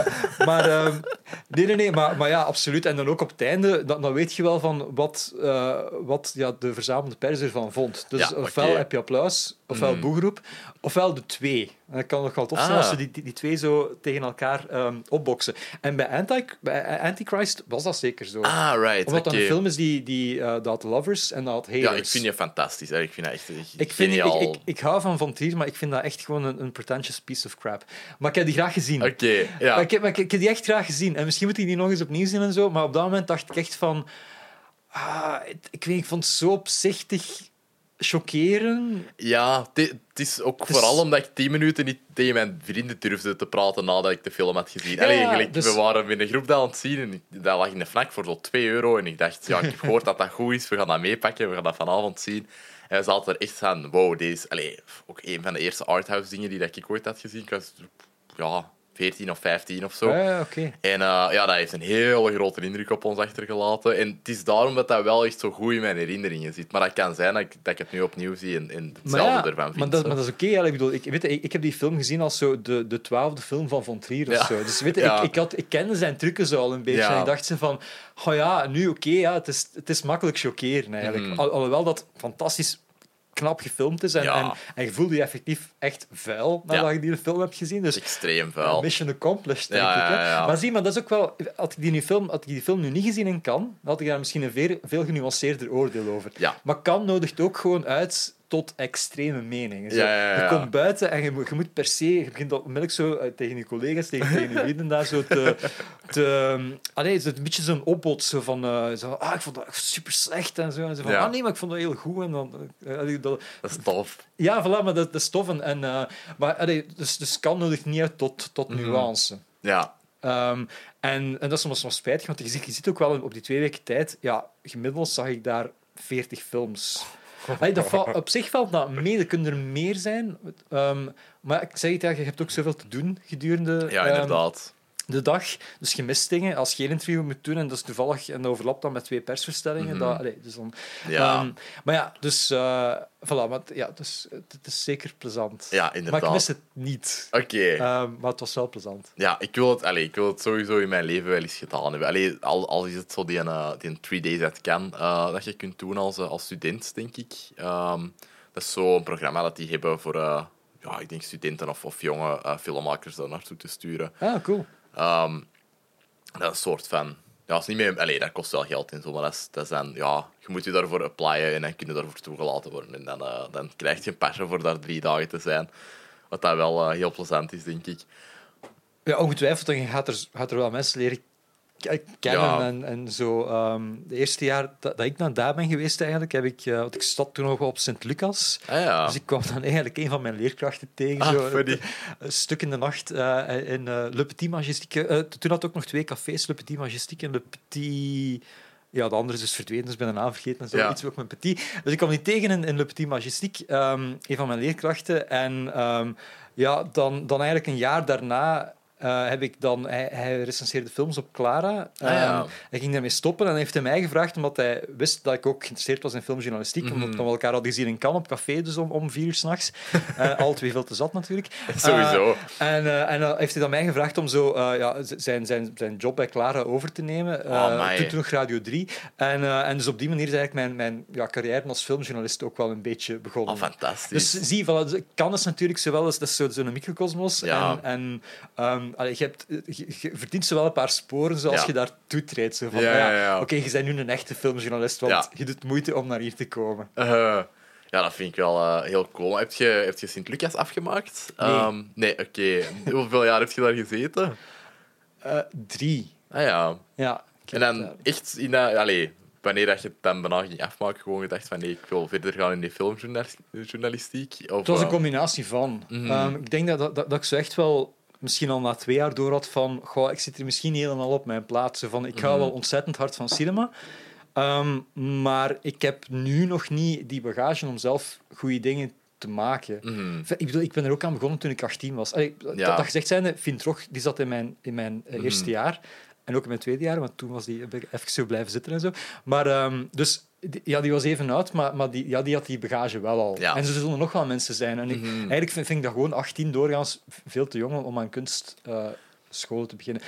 Maar ja, absoluut. En dan ook op het einde, dan weet je wel van wat de verzamelde pers ervan vond. Dus ofwel heb je applaus, ofwel boegeroep, ofwel de twee. En dat kan nog wel tof zijn als ze die twee zo tegen elkaar opboksen. En bij Antichrist was dat zeker zo. Right. Omdat dat een film is dat had lovers en dat had haters. Ja, ik vind je fantastisch. Ik vind dat echt geniaal. Ik hou van Trier, maar ik vind dat echt gewoon een pretentious piece of crap. Maar ik heb die graag gezien. Ja. Ik heb die echt graag gezien. En misschien moet ik die nog eens opnieuw zien en zo, maar op dat moment dacht ik echt van... ik vond het zo opzichtig... chockeren. Ja, het is ook vooral omdat ik 10 minuten niet tegen mijn vrienden durfde te praten nadat ik de film had gezien. We waren met een groep dat aan het zien en dat lag in de Fnac voor zo €2. En ik dacht, ik heb gehoord dat dat goed is, we gaan dat meepakken, we gaan dat vanavond zien. En we zaten er echt van, wow, deze is ook een van de eerste arthouse dingen die ik ooit had gezien. Ik was 14 of 15 of zo. Okay. En dat heeft een hele grote indruk op ons achtergelaten. En het is daarom dat wel echt zo goed in mijn herinneringen zit. Maar dat kan zijn dat ik het nu opnieuw zie en hetzelfde ervan vind. Maar dat is oké. Ik bedoel, ik heb die film gezien als zo de 12e film van Von Trier of zo. Dus ik kende zijn trucken zo al een beetje. En ik dacht ze van, nu het is makkelijk chockeren eigenlijk. Alhoewel dat fantastisch knap gefilmd is en je voelde je effectief echt vuil nadat je die film hebt gezien. Dus extreem vuil. Mission accomplished, denk ik. Hè? Maar dat is ook wel... Had ik die film nu niet gezien in Cannes, had ik daar misschien een veel genuanceerder oordeel over. Ja. Maar Cannes nodigt ook gewoon uit tot extreme meningen. Zo. Ja. Je komt buiten en je moet per se... Je begint onmiddellijk zo tegen je collega's, tegen je vrienden daar zo een beetje zo'n opbod. Zo van, ik vond dat super slecht en zo. En zo van, nee, maar ik vond dat heel goed. En dan, dat is tof. Ja, voilà, maar dat is tof. Dus kan nodig niet uit tot nuance. Ja. En dat is soms wel spijtig, want je ziet ook wel op die 2 weken tijd... Ja, gemiddeld zag ik daar 40 films. Op zich valt dat mee, er kunnen er meer zijn. Maar ik zeg het, je hebt ook zoveel te doen gedurende... Ja, inderdaad. De dag, dus je mist dingen. Als je geen interview moet doen en dat is toevallig en dat overlapt dan met 2 persverstellingen, dus dan, maar ja, dus voilà, maar, ja, dus, het is zeker plezant. Ja, inderdaad. Maar ik mis het niet. Oké. Maar het was wel plezant. Ja, ik wil het sowieso in mijn leven wel eens gedaan hebben. Al is het zo die 3 Days at Cannes dat je kunt doen als student, denk ik. Dat is zo'n programma dat die hebben voor ik denk studenten of jonge filmmakers daar naartoe te sturen. Ah, cool. Dat is een soort van... Ja, is niet meer... dat kost wel geld en zo, maar dat zijn... Ja, je moet je daarvoor applyen en dan kun je daarvoor toegelaten worden. En dan krijg je een pasje voor daar 3 dagen te zijn. Wat dat wel heel plezant is, denk ik. Ja, ongetwijfeld. Dan gaat er wel mensen leren kennen en zo. Het eerste jaar dat ik dan daar ben geweest, eigenlijk, want ik zat toen nog op Sint-Lucas. Dus ik kwam dan eigenlijk een van mijn leerkrachten tegen. Een stuk in de nacht in Le Petit Majestique. Toen had ik ook nog 2 cafés, Le Petit Majestique en Le Petit... Ja, de andere is dus verdwenen, dus ik ben de naam vergeten. En zo. Iets ook met Petit. Dus ik kwam die tegen in Le Petit Majestique, een van mijn leerkrachten. En dan eigenlijk een jaar daarna... heb ik dan... Hij recenseerde films op Clara. Hij ging daarmee stoppen en heeft hij mij gevraagd, omdat hij wist dat ik ook geïnteresseerd was in filmjournalistiek, omdat we elkaar hadden gezien in Cannes op café, dus om 4 uur 's nachts. Al 2 veel te zat, natuurlijk. Sowieso. En heeft hij dan mij gevraagd om zo zijn job bij Clara over te nemen. Toen nog Radio 3. En dus op die manier is eigenlijk mijn carrière als filmjournalist ook wel een beetje begonnen. Fantastisch. Dus zie, Cannes is natuurlijk zowel als dat is zo'n microcosmos. Ja. Je verdient zo wel een paar sporen zoals je daar toetreedt. Zo van, Oké, je bent nu een echte filmjournalist, want je doet moeite om naar hier te komen. Ja, dat vind ik wel heel cool. Heb je Sint-Lucas afgemaakt? Nee. Oké. Hoeveel jaar heb je daar gezeten? 3. Ja. En dan echt in dat... wanneer dat je het dan bijna ging afmaken, gewoon gedacht van nee, ik wil verder gaan in die filmjournalistiek? Het was een combinatie van. Ik denk dat ik zo echt wel... misschien al na 2 jaar door had van... ik zit er misschien niet helemaal op mijn plaats. Van, ik hou wel ontzettend hard van cinema. Maar ik heb nu nog niet die bagage om zelf goede dingen te maken. Ik bedoel, ik ben er ook aan begonnen toen ik 18 was. Dat gezegd zijnde, Fintrog, die zat in mijn eerste jaar. En ook in mijn tweede jaar, want toen was die even zo blijven zitten en zo. Maar dus... die was even oud, maar die had die bagage wel al. Ja. En er zullen nog wel mensen zijn. En eigenlijk vind ik dat gewoon 18 doorgaans veel te jong om aan kunstschool te beginnen.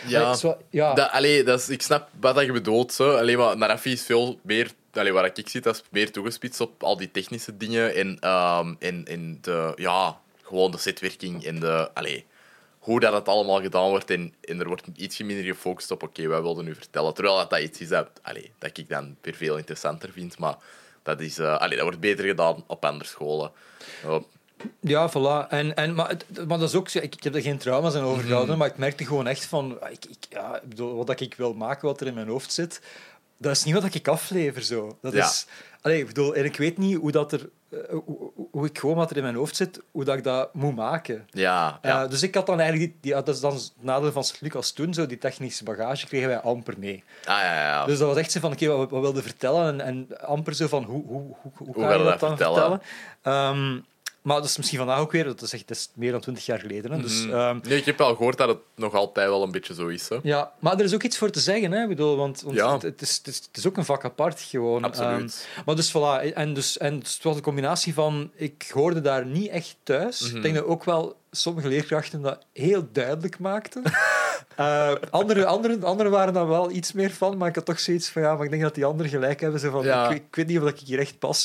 Ik snap wat je bedoelt. Maar Narafi is veel meer... waar ik zit, dat is meer toegespitst op al die technische dingen en gewoon de setwerking en hoe dat allemaal gedaan wordt. En er wordt ietsje minder gefocust op wij wilden nu vertellen. Terwijl dat iets is dat ik dan weer veel interessanter vind. Maar dat wordt beter gedaan op andere scholen. Ja, voilà. Maar dat is ook... Ik heb er geen trauma's aan overgehouden, maar ik merkte gewoon echt van... wat ik wil maken, wat er in mijn hoofd zit, dat is niet wat ik aflever. Zo. Dat is... en ik weet niet hoe dat er... hoe ik gewoon wat er in mijn hoofd zit, hoe dat ik dat moet maken. Dus ik had dan eigenlijk... dat is dan het nadeel van Sint-Lucas toen, zo, die technische bagage kregen wij amper mee. Dus dat was echt zo van, wat wilde je vertellen? En amper zo van, hoe ga je dat dan vertellen? Maar dat is misschien vandaag ook weer, dat is meer dan 20 jaar geleden. Hè. Dus, ik heb wel gehoord dat het nog altijd wel een beetje zo is. Hè. Ja, maar er is ook iets voor te zeggen. Hè. Ik bedoel, want het is ook een vak apart. Gewoon. Absoluut. Maar dus voilà. En het was een combinatie van... Ik hoorde daar niet echt thuis. Ik denk dat ook wel sommige leerkrachten dat heel duidelijk maakten. Anderen waren daar wel iets meer van, maar ik had toch zoiets van, maar ik denk dat die anderen gelijk hebben. Zo van, ik weet niet of ik hier echt pas.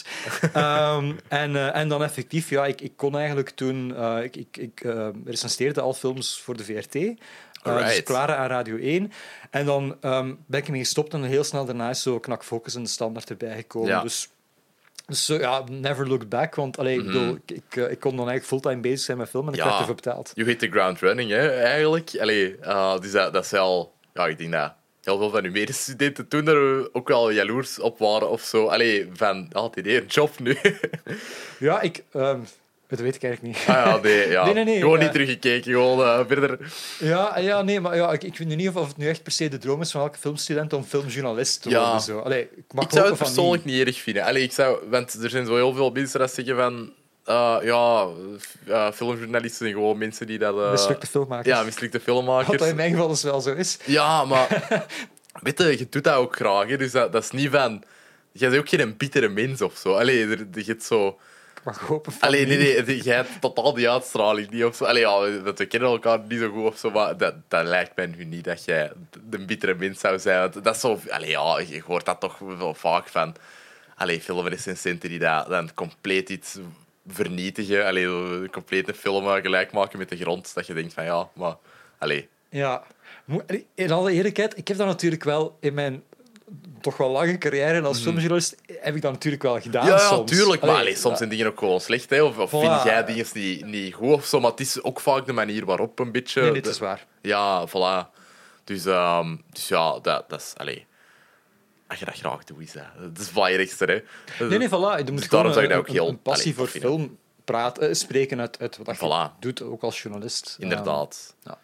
En dan effectief, ik kon eigenlijk toen... Ik recenseerde al films voor de VRT. Dus Clara aan Radio 1. En dan ben ik ermee gestopt en heel snel daarna is zo Knak Focus en de Standaard erbij gekomen. Ja. Dus Dus zo, ja, never look back. Want allee, ik bedoel, ik kon dan eigenlijk fulltime bezig zijn met film en ik werd ervoor betaald. Je hit the ground running, hè, eigenlijk. Allee, dus dat is wel... Ja, ik denk dat heel veel van uw medestudenten toen er ook wel jaloers op waren of zo. Allee, van, had hij een job nu? Ja, dat weet ik eigenlijk niet. Nee. Nee. Gewoon niet teruggekeken, gewoon verder. Ja, nee, maar ja, ik weet niet of het nu echt per se de droom is van elke filmstudent om filmjournalist te worden. Zo. Allee, ik zou het persoonlijk niet erg vinden. Allee, want er zijn zo heel veel mensen die zeggen van... filmjournalisten zijn gewoon mensen die dat... mislukte filmmakers. Ja, mislukte filmmakers. Wat dat in mijn geval dus wel zo is. Ja, maar... weet je doet dat ook graag. Hè? Dus dat is niet van... Jij bent ook geen bittere mens of zo. Allee, je hebt zo... mag hopen van nee, jij hebt totaal die uitstraling niet of zo. Allee, ja, we kennen elkaar niet zo goed of zo, maar dat lijkt mij nu niet dat jij een bittere mens zou zijn. Want dat is zo... Allee, ja, je hoort dat toch wel vaak van... Allee, filmrecensenten die dat dan compleet iets vernietigen. Allee, compleet een film gelijk maken met de grond. Dat je denkt van, ja, maar... Allee. Ja. In alle eerlijkheid, ik heb dat natuurlijk wel in mijn... toch wel lange carrière als filmjournalist heb ik dat natuurlijk wel gedaan. Ja, soms. tuurlijk. Maar soms zijn dingen ook gewoon slecht. Hè? Of vind jij dingen niet goed of zo. Maar het is ook vaak de manier waarop een beetje... Nee, dit is waar. Ja, voilà. Dus ja, dat is... Allee. Als je dat graag doet, is dat is belangrijkste. Hè? Nee, voilà. Je moet dus daarom zou ik dat ook een passie voor film spreken uit wat je doet, ook als journalist. Inderdaad. Ja.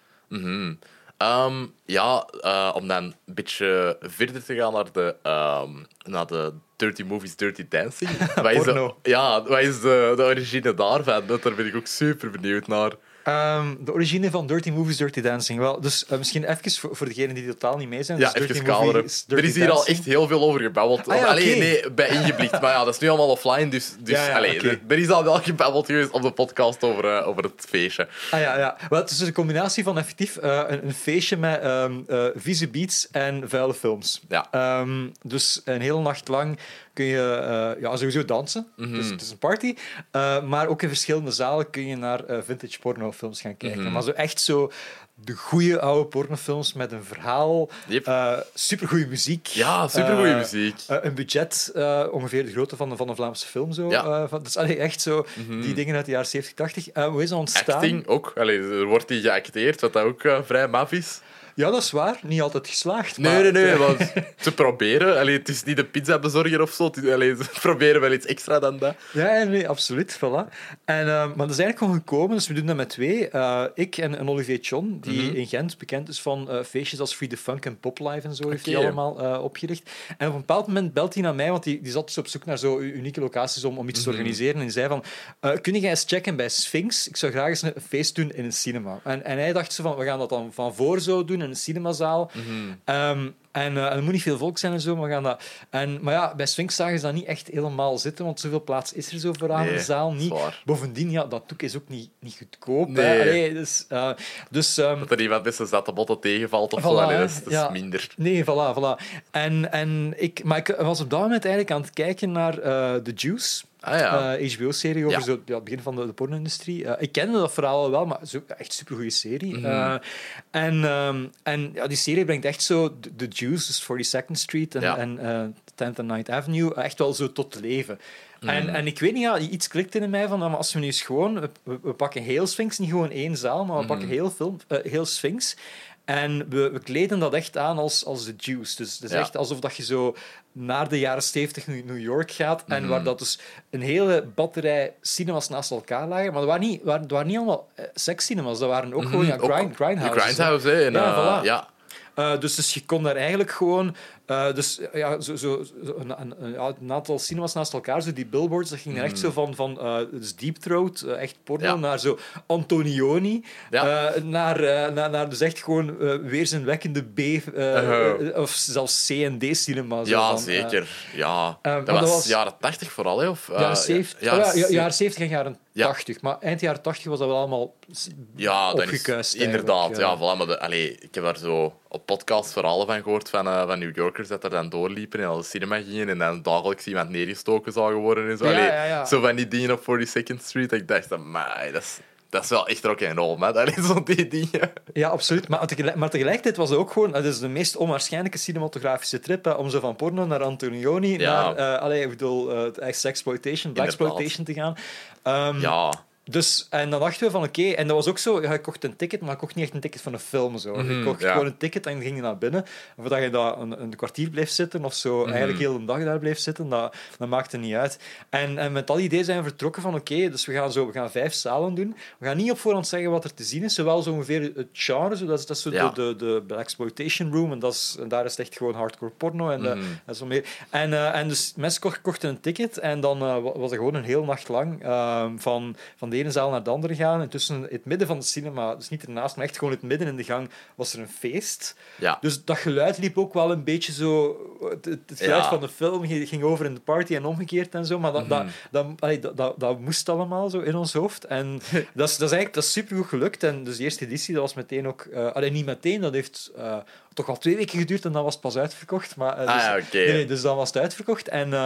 Om dan een beetje verder te gaan naar de Dirty Movies, Dirty Dancing. Wat is de origine daarvan? Daar ben ik ook super benieuwd naar. De origine van Dirty Movies, Dirty Dancing. Wel, dus misschien even voor degenen die totaal niet mee zijn. Ja, dus even kaderen. Er is hier al echt heel veel over gebabbeld. Nee, bij ingeblikt. Maar ja, dat is nu allemaal offline, dus er is al wel gebabbeld geweest op de podcast over het feestje. Ja. Wel, het is een combinatie van effectief een feestje met vieze beats en vuile films. Ja. Dus een hele nacht lang kun je sowieso dansen. Dus het is een party. Maar ook in verschillende zalen kun je naar vintage pornofilms gaan kijken. Maar zo echt zo de goede oude pornofilms met een verhaal. Yep. Supergoeie muziek. Ja, supergoeie muziek. Een budget ongeveer de grootte van een Vlaamse film. Zo. Ja. Dus echt zo die dingen uit de jaren 70, 80. Hoe is dat ontstaan? Acting ook. Er wordt die geacteerd, wat dat ook vrij maf is. Ja, dat is waar. Niet altijd geslaagd. Nee, want ze proberen. Het is niet de pizzabezorger of zo. Ze proberen wel iets extra dan dat. Ja, nee, absoluut. Voilà. Maar dat is eigenlijk gewoon gekomen. Dus we doen dat met twee. Ik en Olivier Tjon, die in Gent bekend is van feestjes als Free the Funk en Poplife en zo, heeft hij allemaal opgericht. En op een bepaald moment belt hij naar mij, want die zat dus op zoek naar zo unieke locaties om iets te organiseren. En hij zei van, kun jij eens checken bij Sphinx? Ik zou graag eens een feest doen in een cinema. En hij dacht zo van, we gaan dat dan van voor zo doen in een cinemazaal. En er moet niet veel volk zijn en zo, maar we gaan dat... Maar ja, bij Sphinx zagen ze dat niet echt helemaal zitten, want zoveel plaats is er zo voor aan de zaal niet. Bovendien, ja, dat doek is ook niet goedkoop. Nee. Dus, dat er iemand is dat de botten tegenvalt of zo, dat is minder. Nee, voilà. Ik was op dat moment eigenlijk aan het kijken naar The Juice. HBO-serie over het begin van de porno-industrie. Ik kende dat verhaal al wel, maar zo, echt een supergoeie serie. Die serie brengt echt zo The Juice, dus 42nd Street en 10th and 9th Avenue, echt wel zo tot leven. En ik weet niet, iets klikte in mij van, maar als we nu eens gewoon... We pakken heel Sphinx, niet gewoon één zaal, maar we pakken heel Sphinx. En we kleden dat echt aan als The Juice. Dus het is echt alsof dat je zo naar de jaren 70 New York gaat. En waar dat dus een hele batterij cinemas naast elkaar lagen. Maar dat waren niet allemaal sekscinemas. Dat waren ook gewoon grindhouses. Grindhouse, hè. Voilà. Ja. Dus je kon daar eigenlijk gewoon... een aantal cinemas naast elkaar, zo die billboards, dat ging er echt zo van dus Deep Throat, echt porno, naar zo Antonioni, naar dus echt gewoon weerzinwekkende B, of zelfs C en D cinemas. Ja, zeker. Dat was jaren 80 vooral, hè? Of, jaren 70. Jaren 70 en jaren 80. Maar eind jaren 80 was dat wel allemaal opgekuist. Inderdaad. Ja, voilà, maar ik heb daar zo op podcast verhalen van gehoord van New Yorkers dat er dan doorliepen en al de cinema gingen en dan dagelijks iemand neergestoken zagen worden en zo. Zo van die dingen op 42nd Street. Ik dacht, dat is dat is wel echt rock and roll, man. Dat is zo die dingen. Ja, absoluut. Maar tegelijkertijd was het ook gewoon... Het is de meest onwaarschijnlijke cinematografische trip, hè, om zo van porno naar Antonioni, naar ik bedoel, sexploitation, blaxploitation te gaan. Ja. Dus, en dan dachten we van oké, en dat was ook zo, je kocht een ticket, maar je kocht niet echt een ticket van een film. Zo. Je kocht gewoon een ticket en ging je naar binnen. En voordat je daar een kwartier bleef zitten of zo, eigenlijk heel de dag daar bleef zitten, dat maakte niet uit. En met dat idee zijn we vertrokken van oké, dus we gaan 5 zalen doen. We gaan niet op voorhand zeggen wat er te zien is, zowel zo ongeveer het genre, zo, dat is zo de blaxploitation room, en daar is het echt gewoon hardcore porno en zo meer. En dus mensen kochten een ticket en dan was er gewoon een hele nacht lang van de ene zaal naar de andere gaan. En tussen het midden van de cinema, dus niet ernaast, maar echt gewoon het midden in de gang, was er een feest. Ja. Dus dat geluid liep ook wel een beetje zo... Het geluid van de film ging over in de party en omgekeerd en zo, maar dat moest allemaal zo in ons hoofd. En dat is supergoed gelukt. En dus de eerste editie, dat was meteen ook... niet meteen, dat heeft toch al 2 weken geduurd en dan was het pas uitverkocht. Maar, dus dan was het uitverkocht.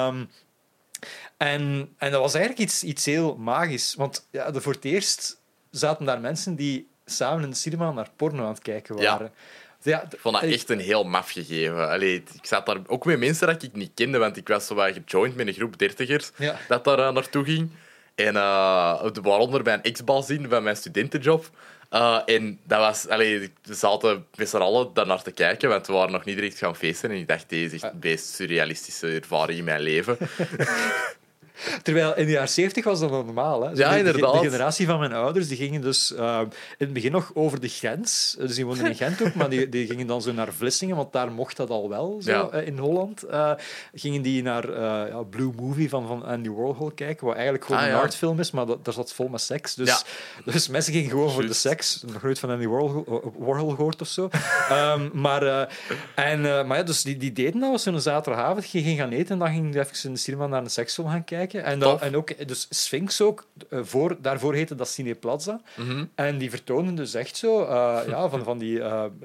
En dat was eigenlijk iets heel magisch. Want voor het eerst zaten daar mensen die samen in de cinema naar porno aan het kijken waren. Ja, ik vond dat echt een heel maf gegeven. Allee, ik zat daar ook met mensen dat ik niet kende, want ik was zo wat gejoind met een groep dertigers dat daar naartoe ging. En waaronder bij een ex-bazin van mijn studentenjob. En dat was... we zaten met z'n allen daarnaar te kijken, want we waren nog niet direct gaan feesten. En ik dacht, deze is echt de meest surrealistische ervaring in mijn leven. Terwijl in de jaren 70 was dat normaal. Hè? Ja, inderdaad. De generatie van mijn ouders die gingen dus in het begin nog over de grens. Dus die woonden in Gent ook, maar die gingen dan zo naar Vlissingen, want daar mocht dat al wel, zo, in Holland. Gingen die naar Blue Movie van Andy Warhol kijken, wat eigenlijk gewoon een artfilm is, maar daar zat vol met seks. Dus mensen gingen gewoon voor de seks. Nog nooit van Andy Warhol gehoord of zo. Maar dus die deden dat. Was zo'n zaterdagavond. Je ging gaan eten en dan ging je even in de cinema naar een seksfilm gaan kijken. En ook, dus Sphinx ook, daarvoor heette dat Cine Plaza. En die vertoonden dus echt zo, van die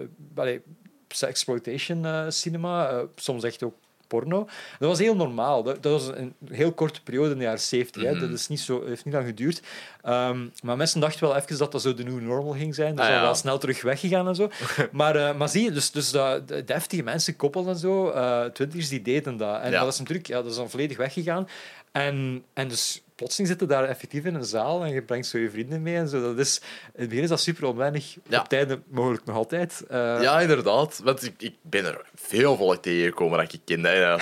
exploitation cinema, soms echt ook porno. Dat was heel normaal. Dat was een heel korte periode in de jaren 70. Hè. Dat is heeft niet lang geduurd. Maar mensen dachten wel even dat dat zo de new normal ging zijn. Dat is wel snel terug weggegaan en zo. Maar zie je, dus de deftige mensen, koppels en zo, twintigers, die deden dat. En dat is natuurlijk dat is dan volledig weggegaan. En dus plotseling zitten daar effectief in een zaal en je brengt zo je vrienden mee en zo. In het begin is dat super onwennig. Op tijden mogelijk nog altijd. Ja, inderdaad. Want ik ben er veel volk tegengekomen dat ik kende. En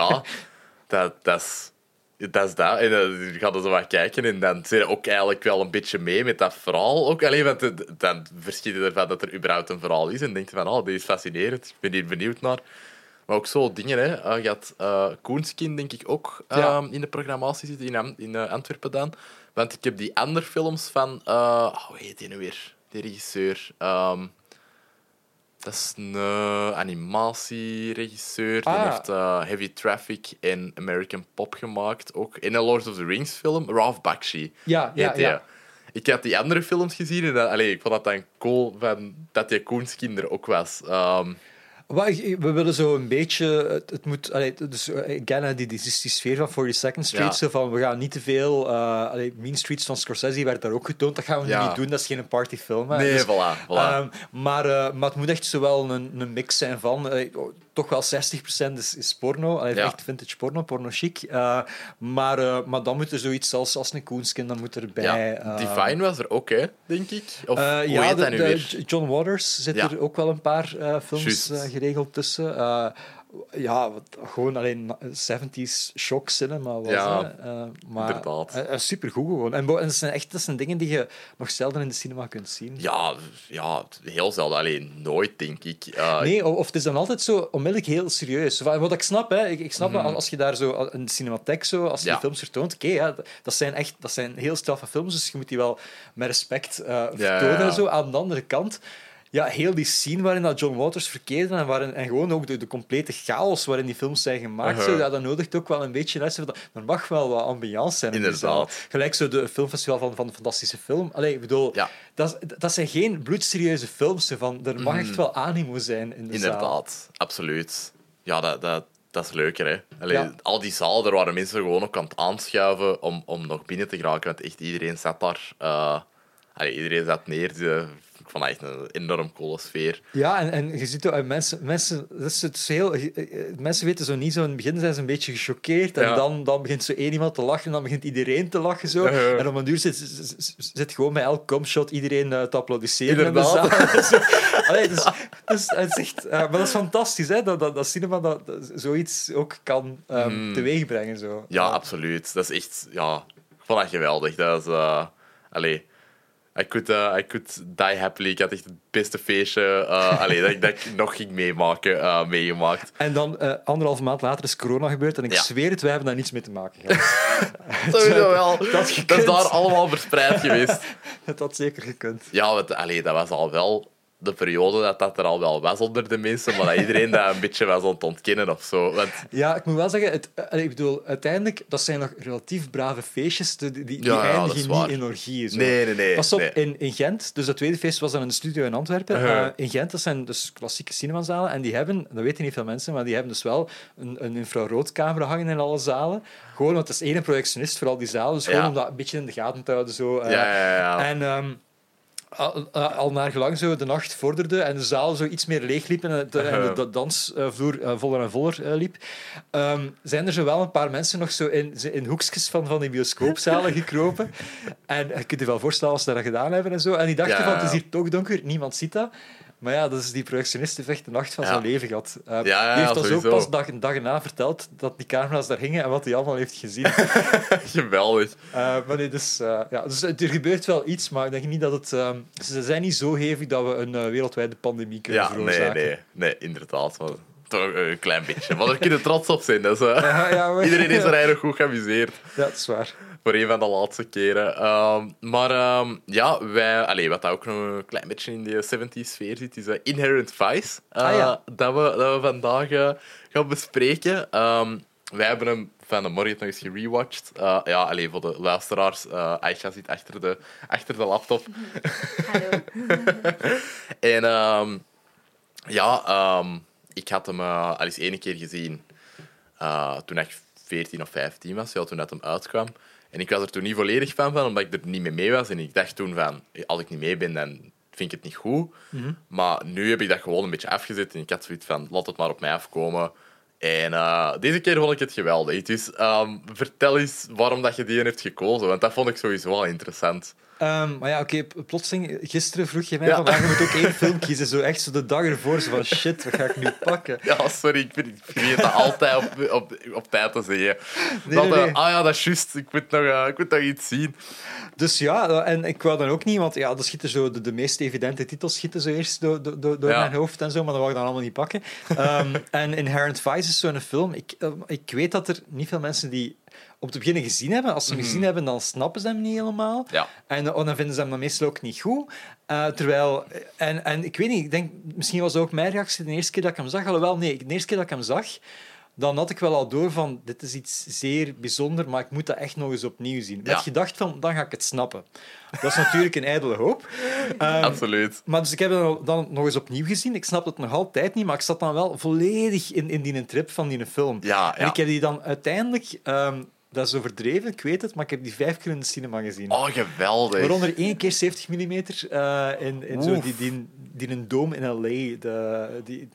dat is dat. En dan ga je zo wat kijken en dan zit je ook eigenlijk wel een beetje mee met dat verhaal. Ook alleen, want dan verschiet je ervan dat er überhaupt een verhaal is en denk je van, dit is fascinerend. Ik ben hier benieuwd naar. Maar ook zo dingen, hè. Je had Koenskin, denk ik, ook in de programmatie zitten in Antwerpen dan. Want ik heb die andere films van... hoe heet die nu weer? Die regisseur. Dat is een animatieregisseur. Die heeft Heavy Traffic en American Pop gemaakt ook. En een Lord of the Rings film. Ralph Bakshi. Ja. Ik had die andere films gezien en ik vond dat dan cool dat die Koenskin er ook was. We willen zo een beetje... Het moet... Dus again, die sfeer van 42nd Street, zo van, we gaan niet te veel... Mean Streets van Scorsese werd daar ook getoond. Dat gaan we nu niet doen, dat is geen partyfilm. Hè. Nee, dus, voilà. Maar het moet echt zo wel een mix zijn van... toch wel 60% is porno. Echt vintage porno chic. Maar dan moet er zoiets als een Koenskin, dan moet erbij... Divine was er ook, hè, denk ik. Of hoe heet dat nu weer? John Waters zit er ook wel een paar films geregeld tussen. Gewoon alleen 70s shock cinema was. Maar inderdaad. Supergoed gewoon. En dat zijn dingen die je nog zelden in de cinema kunt zien. Ja, heel zelden. Alleen nooit, denk ik. Nee, of het is dan altijd zo onmiddellijk heel serieus. Wat ik snap, hè. Ik snap als je daar zo in de cinematheek zo, als je die films vertoont, dat zijn heel straffe films, dus je moet die wel met respect vertonen en zo. Aan de andere kant... Ja, heel die scene waarin dat John Waters verkeerde en gewoon ook de complete chaos waarin die films zijn gemaakt, dat nodigt ook wel een beetje uit. Er mag wel wat ambiance zijn in die zaal. Gelijk zo de filmfestival van de fantastische film. Ik bedoel, dat zijn geen bloedserieuze films. Er mag echt wel animo zijn in de zaal. Inderdaad, absoluut. Ja, dat is leuker, hè. Al die zalen, daar waren mensen gewoon ook aan het aanschuiven om nog binnen te geraken, want echt iedereen zat daar... iedereen zat neer. Ik vond dat echt een enorm coole sfeer. Ja, en je ziet ook, mensen, dat is het heel, mensen weten zo niet, zo in het begin zijn ze een beetje gechoqueerd en dan begint zo één iemand te lachen en dan begint iedereen te lachen. Zo. En op een duur zit gewoon bij elk comshot iedereen te applaudisseren. Inderdaad. In de zaal. Allee, het is echt, maar dat is fantastisch, hè, dat cinema dat zoiets ook kan teweegbrengen. Zo. Ja, absoluut. Dat is echt... Ja, ik vond dat geweldig. Dat is... I could die happily. Ik had echt het beste feestje dat ik nog ging meegemaakt. En dan 1,5 maand later is corona gebeurd en ik zweer het, wij hebben daar niets mee te maken gehad. Sowieso wel. Dat is daar allemaal verspreid geweest. Het had zeker gekund. Ja, dat was al wel de periode dat er al wel was onder de mensen, maar dat iedereen dat een beetje was aan het ontkennen of zo. Want... Ja, ik moet wel zeggen, ik bedoel, uiteindelijk, dat zijn nog relatief brave feestjes, die eindigen niet in orgieën. Zo. Nee. Pas op, nee. In Gent, dus het tweede feest was dan in de studio in Antwerpen. In Gent, dat zijn dus klassieke cinemazalen, en die hebben, dat weten niet veel mensen, maar die hebben dus wel een infraroodcamera hangen in alle zalen. Gewoon, want het is één projectionist voor al die zalen, dus gewoon om dat een beetje in de gaten te houden. Zo. En... al naar gelang zo de nacht vorderde en de zaal zo iets meer leeg liep en de dansvloer voller en voller liep, zijn er zo wel een paar mensen nog zo in hoekjes van die bioscoopzalen gekropen. En je kunt je wel voorstellen als ze dat gedaan hebben en zo. En die dachten van, het is hier toch donker, niemand ziet dat. Maar ja, dat is die projectionist heeft echt de nacht van zijn leven gehad. Die heeft ons ook pas een dag erna verteld dat die camera's daar hingen en wat hij allemaal heeft gezien. Geweldig. Maar nee, dus er gebeurt wel iets, maar ik denk niet dat het... ze zijn niet zo hevig dat we een wereldwijde pandemie kunnen veroorzaken. Nee, inderdaad. Maar toch een klein beetje. Maar daar kunnen trots op zijn. Dus, maar... Iedereen is er eigenlijk goed geamuseerd. Ja, dat is waar. Voor een van de laatste keren. Wat ook nog een klein beetje in de 70s sfeer zit, is Inherent Vice. Dat we vandaag gaan bespreken. Wij hebben hem van de morgen nog eens gerewatcht. Voor de luisteraars. Aisha zit achter de laptop. Hallo. En ik had hem al eens 1 keer gezien toen ik 14 of 15 was, toen dat hem uitkwam. En ik was er toen niet volledig van, omdat ik er niet mee was. En ik dacht toen van, als ik niet mee ben, dan vind ik het niet goed. Mm-hmm. Maar nu heb ik dat gewoon een beetje afgezet. En ik had zoiets van, laat het maar op mij afkomen. En deze keer vond ik het geweldig. Dus vertel eens waarom dat je die hebt gekozen. Want dat vond ik sowieso wel interessant. Maar ja, oké, plotseling, gisteren vroeg je mij vandaag, je moet ook 1 film kiezen. Zo echt zo de dag ervoor, zo van shit, wat ga ik nu pakken? Ja, sorry, ik vergeet dat altijd op tijd te zeggen. Nee. Dat is juist, ik moet nog iets zien. Dus ja, en ik wou dan ook niet, want ja, dan schieten zo de meest evidente titels schieten zo eerst door mijn hoofd en zo, maar dat wou ik dan allemaal niet pakken. En Inherent Vice is zo'n film. Ik weet dat er niet veel mensen die op te beginnen gezien hebben. Als ze hem gezien hebben, dan snappen ze hem niet helemaal. Ja. En dan vinden ze hem dan meestal ook niet goed. En ik weet niet, ik denk, misschien was dat ook mijn reactie de eerste keer dat ik hem zag. Alhoewel, nee, de eerste keer dat ik hem zag, dan had ik wel al door van, dit is iets zeer bijzonders, maar ik moet dat echt nog eens opnieuw zien. Met gedacht van, dan ga ik het snappen. Dat is natuurlijk een ijdele hoop. Absoluut. Maar dus ik heb het dan nog eens opnieuw gezien. Ik snap het nog altijd niet, maar ik zat dan wel volledig in die trip van die film. En ik heb die dan uiteindelijk... dat is overdreven, ik weet het, maar ik heb die 5 keer in de cinema gezien. Oh, geweldig. Waaronder 1 keer 70 mm in zo die een dome in L.A. De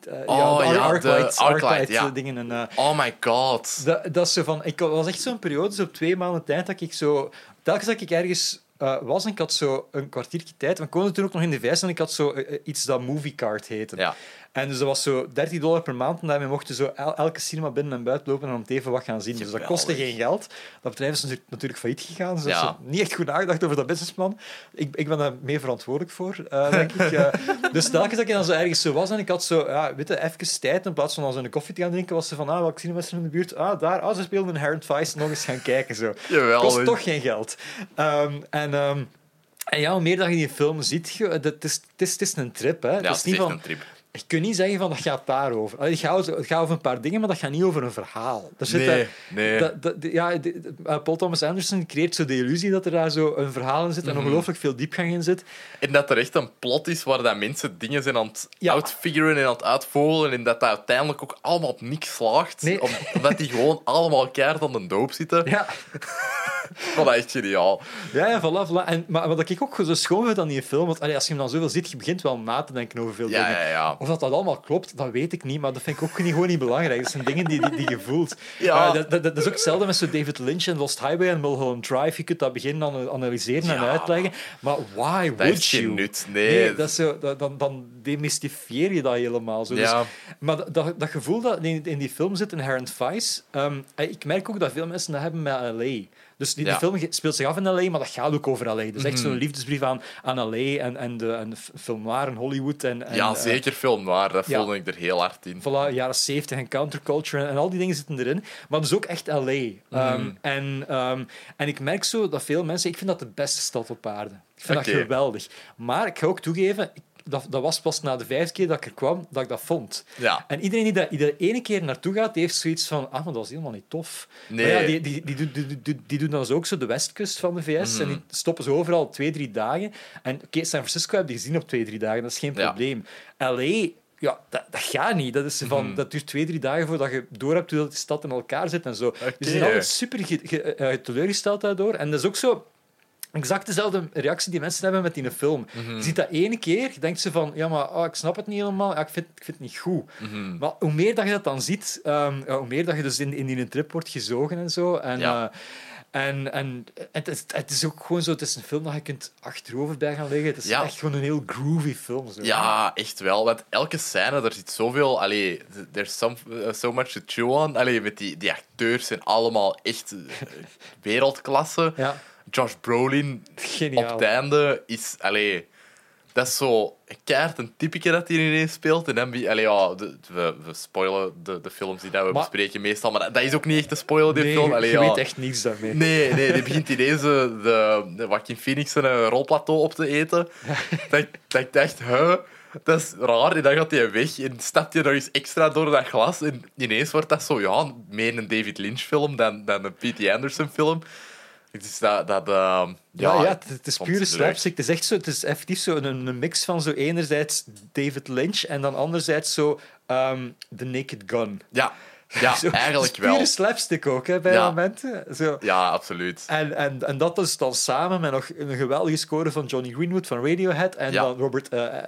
Arclight dingen. En, oh my god. Dat is zo van... Ik was echt zo'n periode, zo op 2 maanden tijd, dat ik zo... Telkens dat ik ergens was en ik had zo een kwartiertje tijd, want ik woonde toen ook nog in de VS en ik had zo iets dat Moviecard heette. Ja. En dus dat was zo $30 per maand en daarmee mochten zo elke cinema binnen en buiten lopen en om het even wat gaan zien. Dus dat kostte geen geld. Dat bedrijf is natuurlijk failliet gegaan, dus dat is niet echt goed nagedacht over dat businessplan. Ik ben daar mee verantwoordelijk voor, denk ik. Dus telkens dat ik dan zo ergens zo was en ik had zo, even tijd, in plaats van als een koffie te gaan drinken, was ze van, welke cinema is er in de buurt? Daar, ze speelden Inherent Vice, nog eens gaan kijken. Zo. Kost toch geen geld. En ja, hoe meer dat je die film ziet, het is een trip. Hè. Ja, het is niet van, een trip. Je kunt niet zeggen van dat gaat daarover. Het gaat over een paar dingen, maar dat gaat niet over een verhaal. Paul Thomas Anderson creëert zo de illusie dat er daar zo een verhaal in zit en ongelooflijk veel diepgang in zit. En dat er echt een plot is waar dat mensen dingen zijn aan het uitfiguren en aan het uitvogelen en dat uiteindelijk ook allemaal op niks slaagt. Nee. Omdat die gewoon allemaal keihard aan de doop zitten. Ja. Ik vond dat echt geniaal. Ja, voilà. Maar wat ik ook zo schoon vind aan die film, want als je hem dan zoveel ziet, je begint wel na te denken over veel dingen. Ja. Of dat allemaal klopt, dat weet ik niet, maar dat vind ik ook gewoon niet belangrijk. Dat zijn dingen die je voelt. Ja. Dat is ook hetzelfde met zo David Lynch en Lost Highway en Mulholland Drive. Je kunt dat beginnen analyseren en uitleggen, maar why Dat would heeft geen you? nut. Nee. dat is zo, dan demystifieer je dat helemaal. Zo. Ja. Dus, maar dat gevoel dat in die film zit, Inherent Vice, ik merk ook dat veel mensen dat hebben met L.A. Dus die film speelt zich af in L.A., maar dat gaat ook over L.A. Dus echt zo'n liefdesbrief aan L.A. en de film noir in Hollywood. Ja, zeker film noir. Dat voelde ik er heel hard in. Voilà, jaren 70 en counterculture en al die dingen zitten erin. Maar dus ook echt L.A. En ik merk zo dat veel mensen... Ik vind dat de beste stad op aarde. Ik vind dat geweldig. Maar ik ga ook toegeven... Dat was pas na de 5e keer dat ik er kwam, dat ik dat vond. Ja. En iedereen die er ene keer naartoe gaat, die heeft zoiets van... maar dat was helemaal niet tof. Nee. Maar ja, die doen dan dus ook zo de westkust van de VS. En die stoppen ze overal 2-3 dagen. En San Francisco heb je gezien op 2-3 dagen. Dat is geen probleem. L.A... Ja, dat gaat niet. Dat duurt 2-3 dagen voordat je door hebt hoe die stad in elkaar zit en zo. Okay. Dus ze zijn altijd super teleurgesteld daardoor. En dat is ook zo... Exact dezelfde reactie die mensen hebben met die film. Je ziet dat ene keer, denkt ze van, ja, maar ik snap het niet helemaal, ik vind het niet goed. Maar hoe meer dat je dat dan ziet, hoe meer dat je dus in die trip wordt gezogen en zo. En het is ook gewoon zo, het is een film dat je kunt achterover bij gaan liggen. Het is echt gewoon een heel groovy film. Zo. Ja, echt wel. Want elke scène, er zit zoveel... There's so much to chew on. Met die acteurs zijn allemaal echt wereldklasse. Ja. Josh Brolin Geniaal. op het einde is... dat is zo keihard een typetje dat hij ineens speelt. En dan we spoilen de films die we bespreken meestal, maar dat is ook niet echt te spoilen, die film. Je weet echt niets daarmee. Nee, die begint ineens de Joaquin Phoenix een rolplateau op te eten. Dat ik dacht, dat is raar. En dan gaat hij weg en stapt hij nog eens extra door dat glas. En ineens wordt dat zo, meer een David Lynch film dan een P.T. Anderson film. Het is het is pure slapstick. Het is echt zo, het is effectief zo een mix van zo enerzijds David Lynch en dan anderzijds zo The Naked Gun. Ja, eigenlijk wel. Pure slapstick ook, hè, bij momenten. Zo. Ja, absoluut. En dat is dan samen met nog een geweldige score van Johnny Greenwood van Radiohead en dan Robert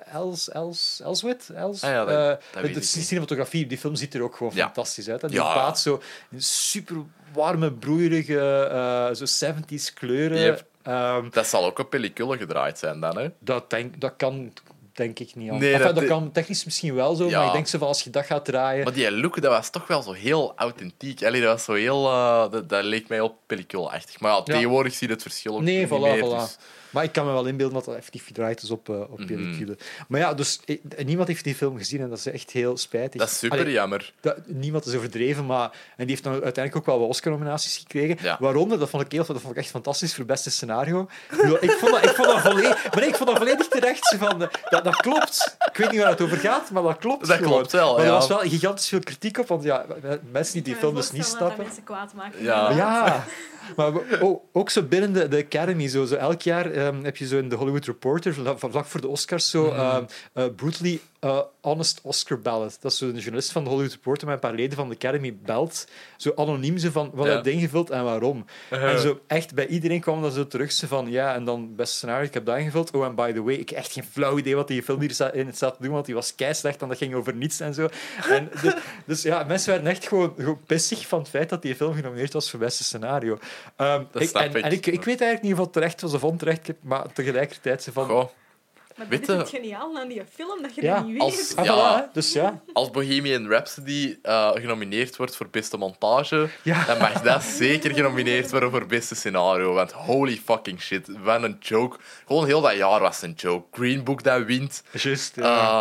Elswit. De cinematografie, die film ziet er ook gewoon fantastisch uit. En die plaat zo in super warme, broeierige, zo 70s kleuren. Yep. Dat zal ook op pellicule gedraaid zijn dan, hè? Dat kan... Denk ik niet. Nee, dat kan technisch misschien wel zo, maar ik denk zo van als je dat gaat draaien... Maar die look, dat was toch wel zo heel authentiek. Dat was zo heel... dat leek mij heel pellicule-achtig. Maar tegenwoordig zie je het verschil ook niet meer. Dus... Maar ik kan me wel inbeelden dat het effectief gedraaid is op pellicule. Maar ja, dus niemand heeft die film gezien en dat is echt heel spijtig. Dat is super jammer. Niemand is overdreven, maar... En die heeft dan uiteindelijk ook wel wat Oscar-nominaties gekregen. Ja. Waaronder, dat vond ik echt fantastisch voor beste scenario. Ik vond dat volledig terecht. Dat klopt. Ik weet niet waar het over gaat, maar dat klopt. Dat klopt wel, maar er was wel gigantisch veel kritiek op, want mensen die film dus niet snappen... Dat mensen kwaad maken. Ja. Maar ook zo binnen de Academy, zo elk jaar heb je zo in de Hollywood Reporter, vlak voor de Oscars, zo brutally honest Oscar ballot. Dat is zo een journalist van de Hollywood Reporter met een paar leden van de Academy belt, zo anoniem zo van wat heb je ingevuld en waarom. En zo echt bij iedereen kwam dat zo terug zo van en dan beste scenario, ik heb dat ingevuld. Oh, en by the way, ik heb echt geen flauw idee wat die film hier in staat te doen, want die was keislecht en dat ging over niets en zo. En dus mensen werden echt gewoon pissig van het feit dat die film genomineerd was voor beste scenario. Ik weet eigenlijk niet of het terecht was of onterecht, maar tegelijkertijd ze van... Goh. Maar dit is het geniaal aan die film, dat je dat niet weet. Als Bohemian Rhapsody genomineerd wordt voor beste montage, dan mag dat zeker genomineerd worden voor beste scenario. Want holy fucking shit, wat een joke. Gewoon heel dat jaar was een joke. Green Book dat wint. Juist,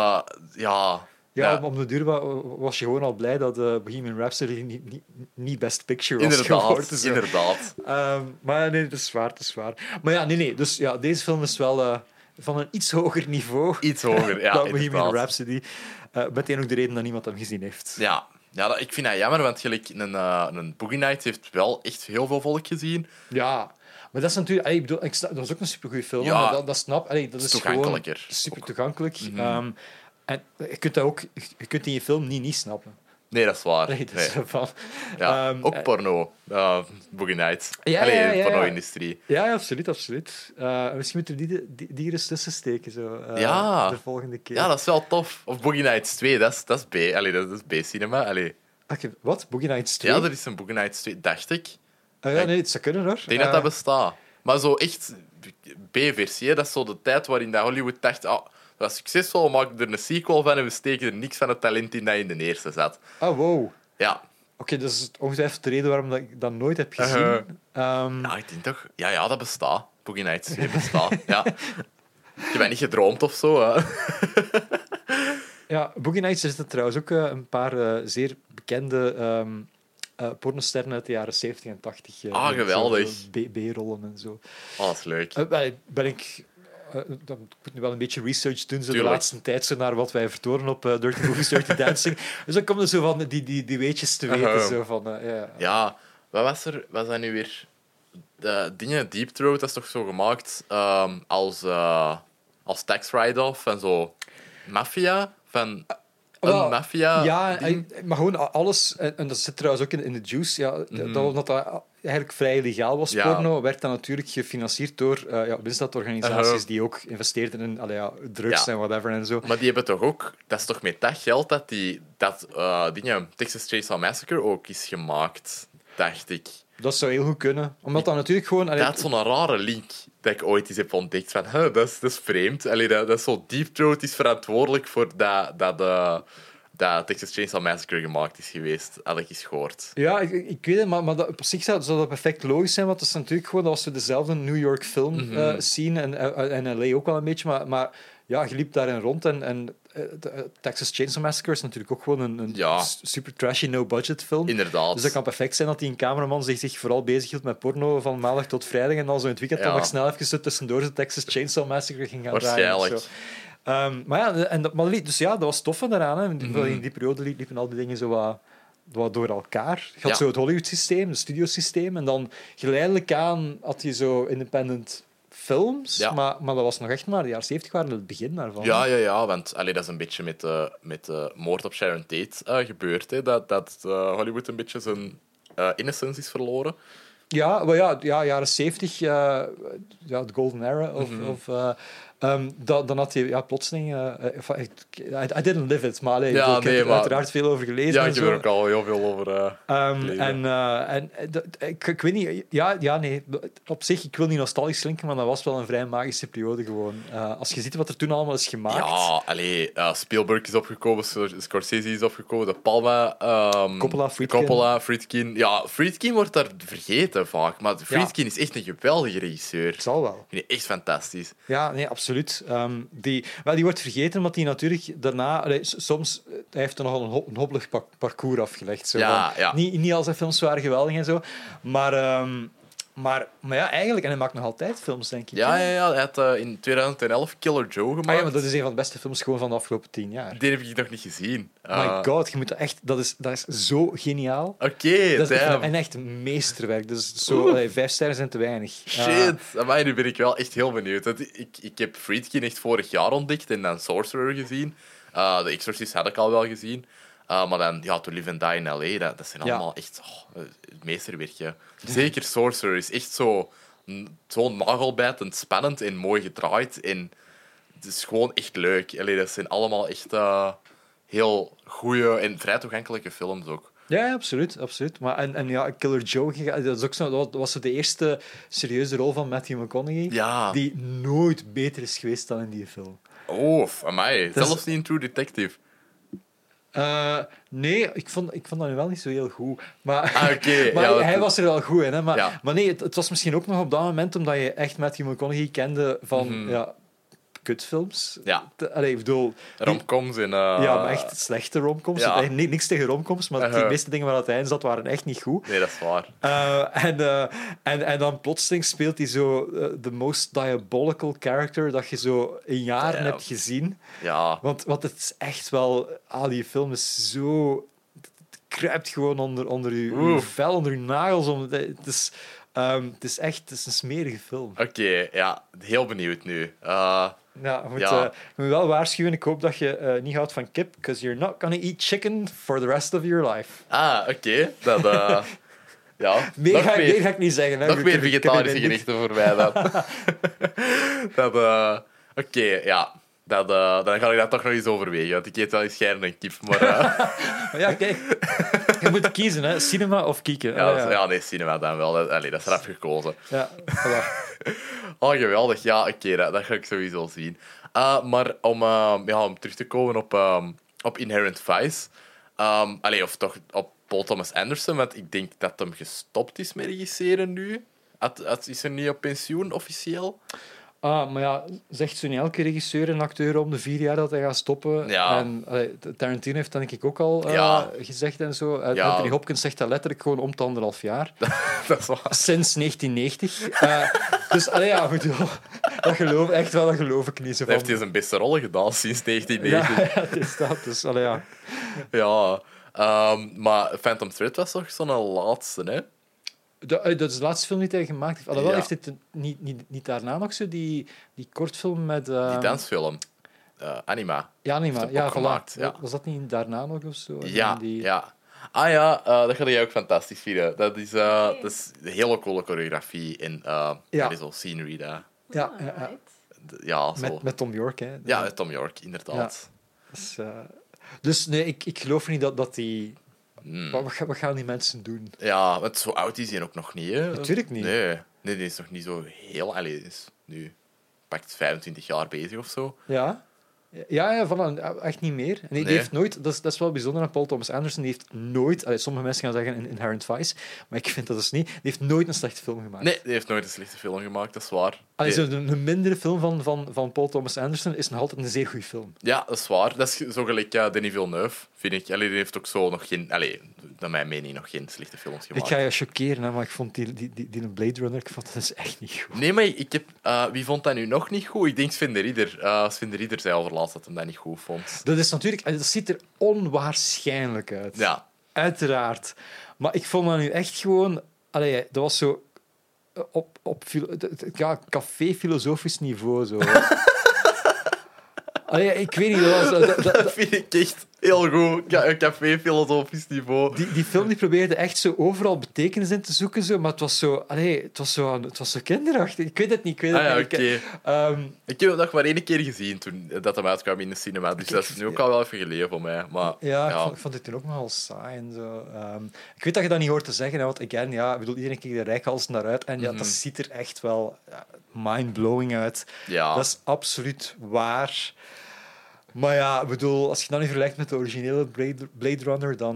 om de duur was je gewoon al blij dat Bohemian Rhapsody niet Best Picture was geworden. Inderdaad. Maar nee, dat is waar. Maar ja, nee. Dus deze film is wel van een iets hoger niveau. Iets hoger, dan Bohemian Rhapsody. Meteen ook de reden dat niemand hem gezien heeft. Ja, ik vind dat jammer, want een Boogie Nights heeft wel echt heel veel volk gezien. Ja. Maar dat is natuurlijk... dat was ook een supergoeie film. Ja, maar dat snap... dat is toegankelijker. Gewoon super toegankelijk. En je kunt die film niet snappen. Nee, dat is waar. Nee, dus van, ja, ook porno. Boogie Nights. Porno-industrie. Ja, absoluut. Misschien moeten we die er eens tussen steken zo, de volgende keer. Ja, dat is wel tof. Of Boogie Nights 2, dat is B. Dat is B-cinema. Wat? Boogie Nights 2? Ja, er is een Boogie Nights 2, dacht ik. Nee, het zou kunnen hoor. Ik denk dat bestaat. Maar zo echt B-versie, dat is zo de tijd waarin dat Hollywood dacht... dat is succesvol, we maken er een sequel van en we steken er niks van het talent in dat in de eerste zat. Oh, wow. Ja. Oké, dat is ongetwijfeld de reden waarom dat ik dat nooit heb gezien. Ja, ik denk toch... Ja, dat bestaat. Boogie Nights 2 bestaat. Ja. Je bent niet gedroomd of zo, hè. Ja, Boogie Nights is er trouwens ook een paar zeer bekende pornosterren uit de jaren 70 en 80. Geweldig. B-rollen en zo. Dat is leuk. Dan moet nu wel een beetje research doen zo de laatste tijd zo naar wat wij vertonen op Dirty Movies, Dirty Dancing. Dus dan komen er zo van die weetjes te weten. Zo van, ja, wat was er? Was dat nu weer? De dingen, Deep Throat, dat is toch zo gemaakt als tax write-off en zo maffia van... Een maffia. Ja, maar gewoon alles, en dat zit trouwens ook in de Juice, ja, dat eigenlijk vrij legaal was, porno, werd dan natuurlijk gefinancierd door organisaties die ook investeerden in drugs en whatever en zo. Maar die hebben toch ook, dat is toch met dat geld dat Texas Chainsaw Massacre ook is gemaakt, dacht ik. Dat zou heel goed kunnen. Omdat dan natuurlijk gewoon... Dat is zo'n rare link dat ik ooit eens heb ontdekt. Van, dat is vreemd. Dat is zo Deep Throat is verantwoordelijk voor dat Texas Chainsaw Massacre gemaakt is geweest. Had ik eens gehoord. Ja, ik weet het, maar op zich zou dat perfect logisch zijn. Want dat is natuurlijk gewoon... Dat was zo dezelfde New York film scene. En LA ook wel een beetje. Maar ja, je liep daarin rond en Texas Chainsaw Massacre is natuurlijk ook gewoon een super trashy, no-budget film. Inderdaad. Dus dat kan perfect zijn dat die een cameraman zich vooral bezighield met porno van maandag tot vrijdag en dan zo in het weekend dan nog snel even tussendoor de Texas Chainsaw Massacre ging gaan draaien. Waarschijnlijk. Dus ja, dat was tof daaraan. Hè. In die periode liepen al die dingen zo wat door elkaar. Je had zo het Hollywood-systeem, het studiosysteem, en dan geleidelijk aan had je zo independent films, maar dat was nog echt maar de jaren 70 waren het begin daarvan. Ja, want dat is een beetje met de moord op Sharon Tate gebeurd. Hè, dat Hollywood een beetje zijn innocence is verloren. Ja, maar jaren 70, de golden era dan had je plotseling... I didn't live it, maar ik heb er uiteraard veel over gelezen. Ja, ik heb er ook al heel veel over gelezen. Ik weet niet... Nee. Op zich, ik wil niet nostalgisch klinken, maar dat was wel een vrij magische periode gewoon. Als je ziet wat er toen allemaal is gemaakt... Ja, Spielberg is opgekomen, Scorsese is opgekomen, De Palma... Coppola, Friedkin. Ja, Friedkin wordt daar vergeten vaak, maar Friedkin is echt een geweldige regisseur. Het zal wel. Ik vind het echt fantastisch. Ja, nee, absoluut. Die wordt vergeten, omdat hij natuurlijk daarna... soms hij heeft er nogal een hobbelig parcours afgelegd. Zo, niet al zijn films waren geweldig en zo, maar ja, eigenlijk... En hij maakt nog altijd films, denk ik. Ja. Hij had in 2011 Killer Joe gemaakt. Ja, maar dat is een van de beste films gewoon van de afgelopen 10 jaar. Die heb ik nog niet gezien. My god, je moet dat echt... Dat is zo geniaal. Oké, dat is echt een meesterwerk. Dus zo, 5 sterren zijn te weinig. Shit, amai, nu ben ik wel echt heel benieuwd. Ik heb Friedkin echt vorig jaar ontdekt en dan Sorcerer gezien. The Exorcist had ik al wel gezien. Maar dan, To Live and Die in L.A., dat zijn allemaal echt het meesterwerkje. Zeker Sorcerer is echt zo'n nagelbijtend, spannend en mooi gedraaid. En het is gewoon echt leuk. Dat zijn allemaal echt heel goede en vrij toegankelijke films ook. Ja, absoluut. Maar Killer Joe, dat was de eerste serieuze rol van Matthew McConaughey, die nooit beter is geweest dan in die film. Oh, amai. Zelfs niet in True Detective. Nee, ik vond dat nu wel niet zo heel goed. Maar, hij was er wel goed in. Hè? Maar nee, het was misschien ook nog op dat moment omdat je echt Matthew McConaughey kende van kutfilms. Ja. Ik bedoel... Romcoms en... Ja, maar echt slechte romcoms. Niks tegen romcoms, maar de meeste dingen waar hij in zat waren echt niet goed. Nee, dat is waar. En dan plotseling speelt hij zo de most diabolical character dat je zo in jaren hebt gezien. Ja. Want het is echt wel... die film is zo... Het kruipt gewoon onder je vel, onder je nagels. Het is echt een smerige film. Oké, heel benieuwd nu. Ja, je moet wel waarschuwen. Ik hoop dat je niet houdt van kip, because you're not gonna eat chicken for the rest of your life. Ah, oké. Dat... ja. Meer ga ik niet zeggen. Hè. Nog meer vegetarische gerechten voor mij dan. Dat... Oké, ja. Dan ga ik dat toch nog eens overwegen. Want ik eet wel eens scherm en kip, maar... Maar ja, kijk. Je moet kiezen, hè. Cinema of kieken. Ja, nee, cinema dan wel. Dat is eraf gekozen. Ja, voilà. Oh, geweldig. Ja, oké, dat ga ik sowieso zien. Maar om terug te komen op Inherent Vice... of toch op Paul Thomas Anderson, want ik denk dat hem gestopt is met regisseren nu. Is er niet op pensioen, officieel? Maar ja, zegt zo niet elke regisseur en acteur om de 4 jaar dat hij gaat stoppen. Ja. En Tarantino heeft dat denk ik ook al gezegd en zo. Anthony Hopkins zegt dat letterlijk gewoon om het 1,5 jaar. Dat is waar. Sinds 1990. Dus dat geloof ik niet zo van. Heeft hij zijn beste rollen gedaan sinds 1990. Ja, het is dat. Dus, Ja. Maar Phantom Thread was toch zo'n laatste, hè? Dat is de laatste film die hij gemaakt heeft. Alhoewel, heeft het niet daarna nog zo die kortfilm met... Die dansfilm. Anima. Ja, Anima. Ja, gemaakt. Ja. Was dat niet daarna nog of zo? Ja, ja. Dat ga jij ook fantastisch vinden. Dat is een hele coole choreografie en zo scenery daar. Ja, zo. Met Tom York, hè. Ja, met Tom York, inderdaad. Ja. Dus nee, ik geloof niet dat die... Wat gaan die mensen doen? Ja, want zo oud is hij ook nog niet, hè? Natuurlijk niet. Nee, die is nog niet zo heel... Allee, die is nu pakt 25 jaar bezig of zo. Ja. Ja, echt niet meer. En die heeft nooit... Dat is wel bijzonder aan Paul Thomas Anderson. Die heeft nooit... sommige mensen gaan zeggen Inherent Vice, maar ik vind dat dus niet. Die heeft nooit een slechte film gemaakt. Nee, die heeft nooit een slechte film gemaakt, dat is waar. Een mindere film van Paul Thomas Anderson is nog altijd een zeer goede film. Ja, dat is waar. Dat is zo gelijk Denis Villeneuve, vind ik. Die heeft ook zo nog geen... naar mijn mening nog geen slechte films gemaakt. Ik ga je choqueren, hè, maar ik vond die Blade Runner, ik vond dat is echt niet goed. Nee, maar ik heb... wie vond dat nu nog niet goed? Ik denk Sven de Ridder. Sven de Ridder zei over laatst dat hij dat niet goed vond. Dat is natuurlijk... Dat ziet er onwaarschijnlijk uit. Ja. Uiteraard. Maar ik vond dat nu echt gewoon... dat was zo... op café-filosofisch niveau, zo. Ik weet niet... Dat vind ik echt heel goed. Een café-filosofisch niveau. Die film die probeerde echt zo overal betekenis in te zoeken, zo, maar het was zo kinderachtig. Ik weet het niet. Okay. Ik heb het nog maar 1 keer gezien toen dat hem uitkwam in de cinema. Dus dat is nu ook al wel even geleden voor mij. Maar, ik vond het toen ook nogal saai en zo. Ik weet dat je dat niet hoort te zeggen, hè, want iedereen kijkt er reikhalsend naar uit. En dat ziet er echt wel mind-blowing uit. Ja. Dat is absoluut waar. Maar ja, bedoel, als je dat nu vergelijkt met de originele Blade Runner, dan...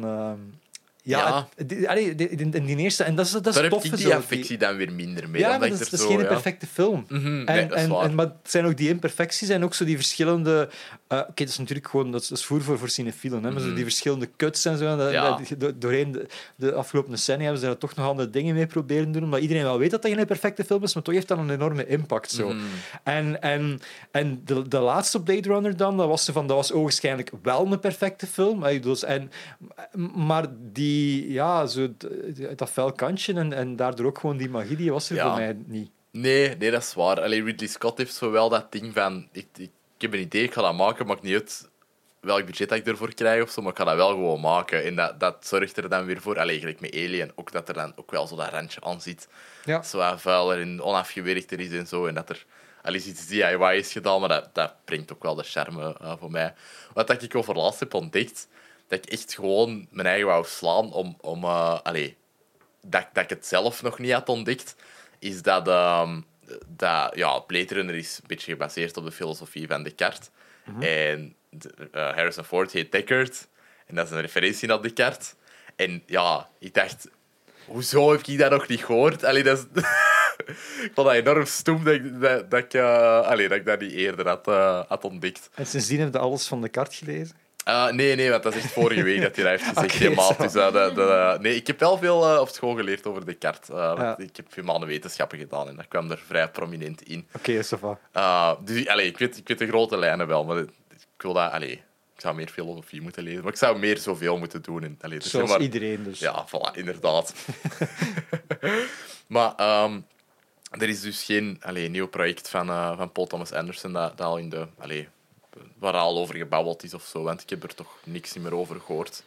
in die eerste... En dat is daar tof. Daar heb ik die affectie dan weer minder mee. Ja, maar dat is geen perfecte film. Nee, dat is waar. Maar het zijn ook die imperfecties en ook zo die verschillende... dat is natuurlijk gewoon... Dat is voer voor cinefielen, hè, maar zo die verschillende cuts en zo. Doorheen de afgelopen decennia hebben ze daar toch nog andere dingen mee proberen doen, omdat iedereen wel weet dat dat geen perfecte film is, maar toch heeft dat een enorme impact. Zo. En de laatste Blade Runner dan, dat was ogenschijnlijk wel een perfecte film. Maar die, dat fel kantje en daardoor ook gewoon die magie, die was er voor mij niet. Nee, dat is waar. Ridley Scott heeft zo wel dat ding van... Ik heb een idee, ik ga dat maken, maakt niet uit welk budget ik ervoor krijg of zo, maar ik ga dat wel gewoon maken. En dat zorgt er dan weer voor, eigenlijk met Alien, ook dat er dan ook wel zo dat randje aan zit. Ja. Zo vuiler en onafgewerkter is en zo. En dat er iets DIY is gedaan, maar dat brengt ook wel de charme voor mij. Wat ik over laatst heb ontdekt, dat ik echt gewoon mijn eigen wou slaan om dat ik het zelf nog niet had ontdekt, is dat Blade Runner is een beetje gebaseerd op de filosofie van Descartes. En Harrison Ford heet Deckard. En dat is een referentie naar Descartes. En ja, ik dacht, hoezo heb ik dat nog niet gehoord? Ik vond dat enorm stom dat ik dat niet eerder had ontdekt. En sindsdien heb je alles van Descartes gelezen? Nee, want dat is echt vorige week dat hij dat heeft gezegd. Nee, ik heb wel veel op school geleerd over Descartes. Ik heb humane wetenschappen gedaan en dat kwam er vrij prominent in. Oké, ça va. Dus ik weet de grote lijnen wel, maar ik wil dat... Ik zou meer filosofie moeten lezen, maar ik zou meer zoveel moeten doen. Dus zoals iedereen dus. Ja, voilà, inderdaad. Maar er is dus geen nieuw project van Paul Thomas Anderson dat al in de... waar al over gebabbeld is of zo, want ik heb er toch niks meer over gehoord.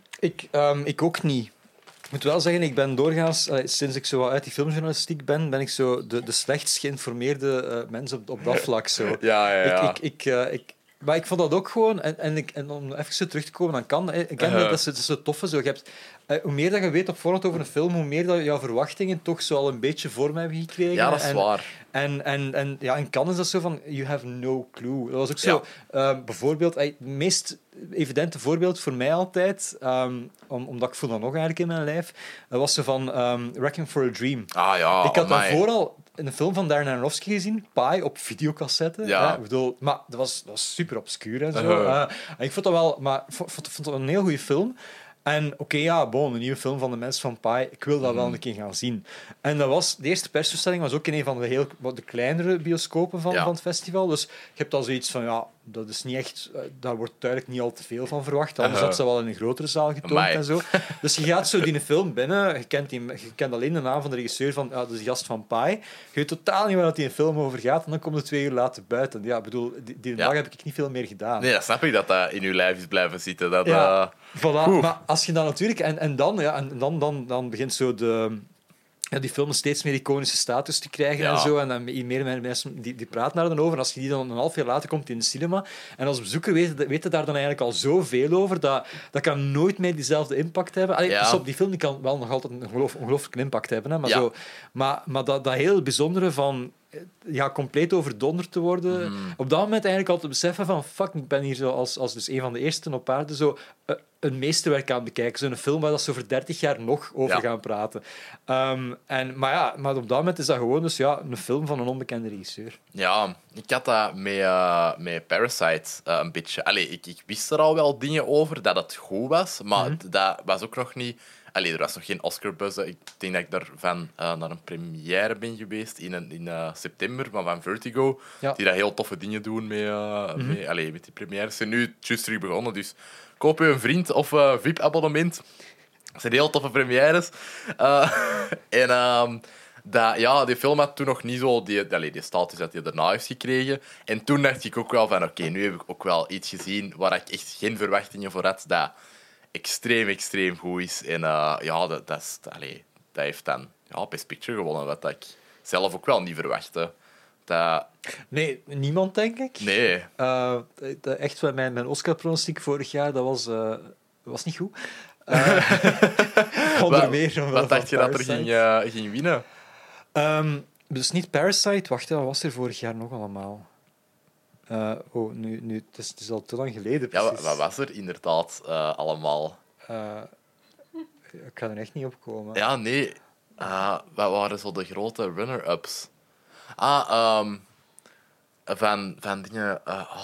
Ik ook niet. Ik moet wel zeggen, ik ben doorgaans, sinds ik zo uit die filmjournalistiek ben ik zo de slechtst geïnformeerde mens op dat vlak. Zo. Ja. Maar ik vond dat ook gewoon, en om even zo terug te komen aan Cannes, dat is zo tof. Zo. Je hebt, hoe meer dat je weet op voorhand over een film, hoe meer dat jouw verwachtingen toch zo al een beetje vorm hebben gekregen. Ja, dat is waar. En in Cannes is dat zo van, you have no clue. Dat was ook zo, bijvoorbeeld, het meest evidente voorbeeld voor mij altijd, omdat ik voel dat nog eigenlijk in mijn lijf, dat was zo van Wrecking for a Dream. Ik had daarvoor al een film van Darren Aronofsky gezien, Pi, op videocassette. Ja. Ik bedoel, maar dat was super obscuur en zo. En ik vond dat wel, maar vond dat een heel goede film. En een nieuwe film van de mensen van Pi. Ik wil dat wel een keer gaan zien. En dat was, de eerste persverstelling was ook in een van de kleinere bioscopen van het festival. Dus je hebt al zoiets van, dat is niet echt... daar wordt duidelijk niet al te veel van verwacht. Anders had ze wel in een grotere zaal getoond en zo. Dus je gaat zo die film binnen. Je kent alleen de naam van de regisseur van... dat is de gast van Pi. Je weet totaal niet waar die film over gaat. En dan komt het 2 uur later buiten. Ja, ik bedoel, die dag heb ik niet veel meer gedaan. Nee, dat snap ik dat in je lijf is blijven zitten. Dat, voilà. Maar als je dan natuurlijk... En dan begint zo die film steeds meer iconische status te krijgen en zo. En dan meer en meer mensen die praten daar dan over. En als je die dan een half jaar later komt in de cinema, en als bezoeker weet je daar dan eigenlijk al zoveel over, dat kan nooit meer diezelfde impact hebben. Dus op die film die kan wel nog altijd een ongelooflijke impact hebben. Hè, maar dat heel bijzondere van compleet overdonderd te worden. Op dat moment eigenlijk al te beseffen van fuck, ik ben hier zo als dus een van de eersten op aarde zo een meesterwerk aan het bekijken. Zo'n film waar dat ze over 30 jaar nog over gaan praten. Maar op dat moment is dat gewoon dus een film van een onbekende regisseur. Ja, ik had dat met Parasite een beetje. Ik wist er al wel dingen over, dat het goed was, maar dat was ook nog niet... er was nog geen Oscar-buzz. Ik denk dat ik daarvan naar een première ben geweest in september, maar van Vertigo. Ja. Die daar heel toffe dingen doen met die premières. Ze zijn nu juist terug begonnen, dus koop je een vriend of VIP-abonnement. Dat zijn heel toffe premières. Die film had toen nog niet zo die status dat hij daarna heeft gekregen. En toen dacht ik ook wel van nu heb ik ook wel iets gezien waar ik echt geen verwachtingen voor had. Dat extreem goed is. En dat heeft dan Best Picture gewonnen, wat ik zelf ook wel niet verwachtte. Nee, niemand, denk ik. Nee. Echt, mijn Oscar-pronostiek vorig jaar, dat was niet goed. Wat dacht je dat er ging winnen? Dus niet Parasite. Wacht, wat was er vorig jaar nog allemaal? Het is al te lang geleden. Precies. Ja, wat was er inderdaad allemaal? Ik ga er echt niet op komen. Ja, nee. Wat waren zo de grote runner-ups? Van dingen...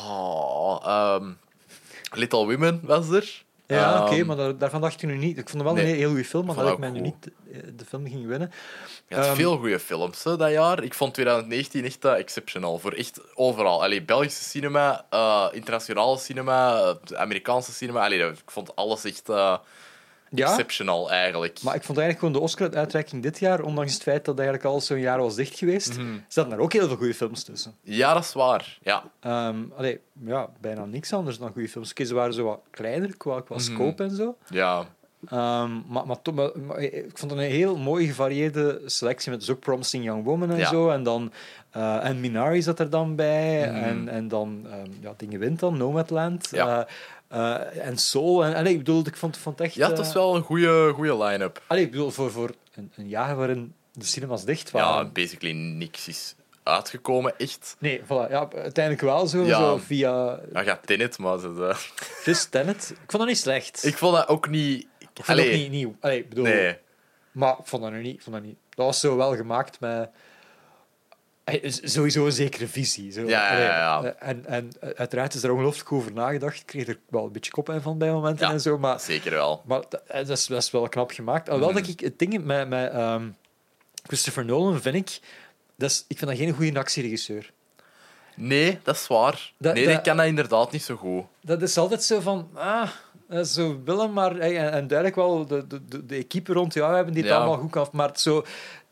Little Women was er. Ja, oké, maar daarvan dacht ik nu niet. Ik vond het wel een heel goede film, maar dat ik mij nu niet de film ging winnen. Je had veel goede films dat jaar. Ik vond 2019 echt exceptional. Voor echt overal. Belgische cinema, internationale cinema, Amerikaanse cinema. Ik vond alles echt exceptional, eigenlijk. Maar ik vond eigenlijk gewoon de Oscar-uitreiking dit jaar, ondanks het feit dat eigenlijk al zo'n jaar was dicht geweest, zaten er ook heel veel goede films tussen. Ja, dat is waar. Ja. Bijna niks anders dan goede films. Ze waren zo wat kleiner qua scope en zo. Ja. Maar ik vond het een heel mooi gevarieerde selectie met dus ook Promising Young Woman en zo. En dan en Minari zat er dan bij. En dan Dingen Wind dan, Nomadland. Ja. En Soul. Ik vond het echt... Ja, het is wel een goede line-up. Ik bedoel, voor een jaar waarin de cinemas dicht waren. Ja, basically niks is uitgekomen, echt. Nee, voilà. Ja, uiteindelijk wel zo via... Ja, Tenet, maar... Just Tenet. Ik vond dat niet slecht. Ik vond dat ook niet... Ik vond dat ook niet nieuw. Nee. Maar ik vond dat niet. Dat was zo wel gemaakt met... Sowieso een zekere visie. Zo. Ja. En uiteraard is er ongelooflijk over nagedacht. Ik kreeg er wel een beetje koppijn van bij momenten en zo. Maar, zeker wel. Maar dat is wel knap gemaakt. Alhoewel dat ik het ding met Christopher Nolan vind ik vind dat geen goede actieregisseur. Nee, dat is waar. Ik kan dat inderdaad niet zo goed. Dat is altijd zo van... zo willen, maar... En duidelijk wel de equipe rond jou hebben die het allemaal goed af. Maar zo...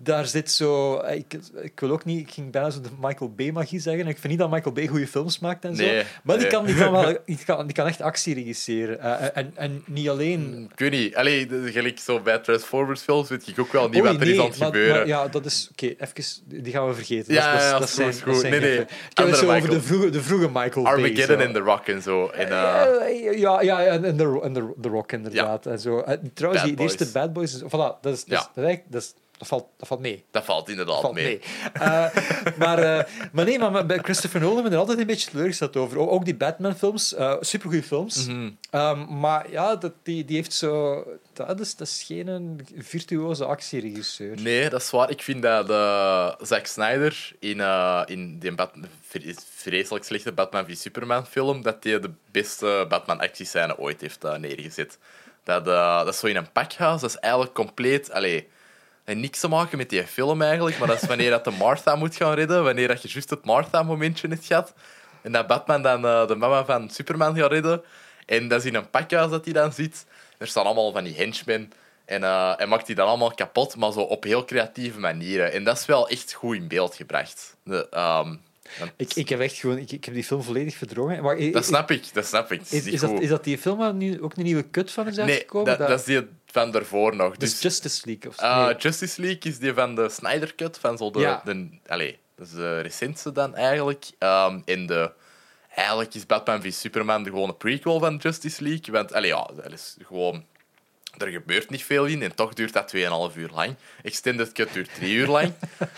daar zit zo... Ik wil ook niet... Ik ging bijna zo de Michael Bay-magie zeggen. Ik vind niet dat Michael Bay goede films maakt en zo. Nee, Maar die kan echt actie regisseren. En niet alleen... Ik weet niet. Allee, gelijk zo bij Transformers-films weet ik ook wel niet wat er is aan het gebeuren. Maar, ja, dat is... Oké, even... Die gaan we vergeten. Ja, dat is goed. Nee. Ik heb het zo over de vroege Michael Bay. Armageddon en The Rock en zo. En, en The Rock, inderdaad. En zo. Trouwens, die eerste Bad Boys... Voilà, dat valt mee. Dat valt inderdaad mee. Maar bij Christopher Nolan ben ik er altijd een beetje teleurgesteld over. Ook die Batman-films, supergoeie films. Mm-hmm. Maar ja, die heeft zo... Dat is geen virtuoze actieregisseur. Nee, dat is waar. Ik vind dat Zack Snyder in die vreselijk slechte Batman v Superman film, dat hij de beste Batman-actiescène ooit heeft neergezet. Dat is zo in een pakhuis. Dat is eigenlijk compleet... En niks te maken met die film eigenlijk, maar dat is wanneer dat de Martha moet gaan redden, wanneer dat je juist het Martha-momentje hebt gehad. En dat Batman dan de mama van Superman gaat redden. En dat is in een pakhuis dat hij dan zit. Er staan allemaal van die henchmen. En hij maakt die dan allemaal kapot, maar zo op heel creatieve manieren. En dat is wel echt goed in beeld gebracht. Ik heb echt gewoon... Ik heb die film volledig verdrongen. Maar, dat snap ik. Is dat die film waar nu ook een nieuwe cut van is uitgekomen? Nee, dat is die van daarvoor nog. Dus Justice League? Of nee. Justice League is die van de Snyder Cut. Van zo dat is de recentste dan eigenlijk. Eigenlijk is Batman v Superman de gewone prequel van Justice League. Want dat is gewoon... Er gebeurt niet veel in en toch duurt dat 2,5 uur lang. Extended Cut duurt 3 uur lang.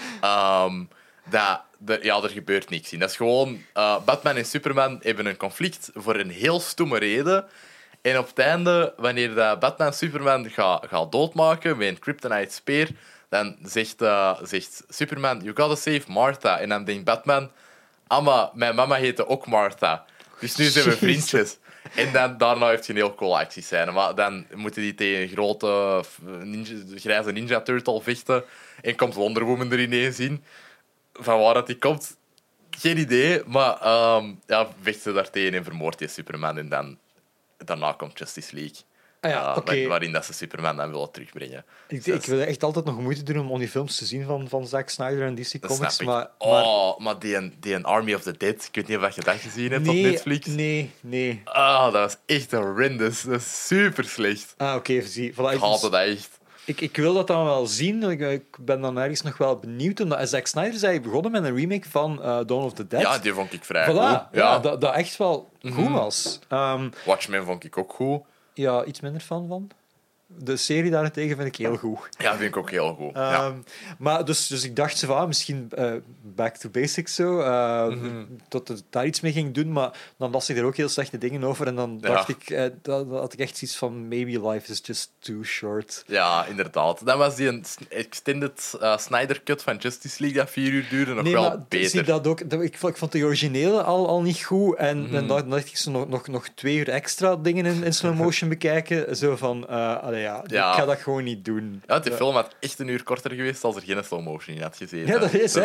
Er gebeurt niks in. Dat is gewoon... Batman en Superman hebben een conflict voor een heel stomme reden. En op het einde, wanneer Batman Superman gaat doodmaken met een kryptonite speer, dan zegt Superman, you gotta save Martha. En dan denkt Batman, maar mijn mama heette ook Martha. Dus nu zijn we vriendjes. En daarna heeft je een heel cool actiescène. Maar dan moeten die tegen een grote grijze Ninja Turtle vechten. En komt Wonder Woman er ineens in. Van waar dat die komt, geen idee. Maar vecht ze daar tegen en vermoordt je Superman. En daarna komt Justice League. Waarin dat ze Superman dan willen terugbrengen. Ik wil echt altijd nog moeite doen om die films te zien van Zack Snyder en DC Comics. Maar die Army of the Dead, ik weet niet of je dat gezien hebt op Netflix. Nee. Dat is echt horrendous. Dat is super slecht. Zie. Ik haat het echt. Ik wil dat dan wel zien. Ik ben dan ergens nog wel benieuwd. Omdat Zack Snyder zei begonnen met een remake van Dawn of the Dead. Ja, die vond ik vrij goed. Ja, dat echt wel goed was. Watchmen vond ik ook goed. Ja, iets minder van. De serie daarentegen vind ik heel goed. Ja, vind ik ook heel goed. Maar dus ik dacht van, misschien back to basics zo. Dat het daar iets mee ging doen, maar dan las ik er ook heel slechte dingen over. En dan dacht ik, dat had ik echt iets van, maybe life is just too short. Ja, inderdaad. Dan was die een extended Snyder Cut van Justice League dat 4 uur duurde nog wel beter. Zie dat ook, ik vond de originele al niet goed. En dan dacht ik zo nog 2 uur extra dingen in slow motion bekijken. Zo van, ik ga dat gewoon niet doen. Ja, die film had echt 1 uur korter geweest als er geen slow motion in had gezeten. Ja, dat is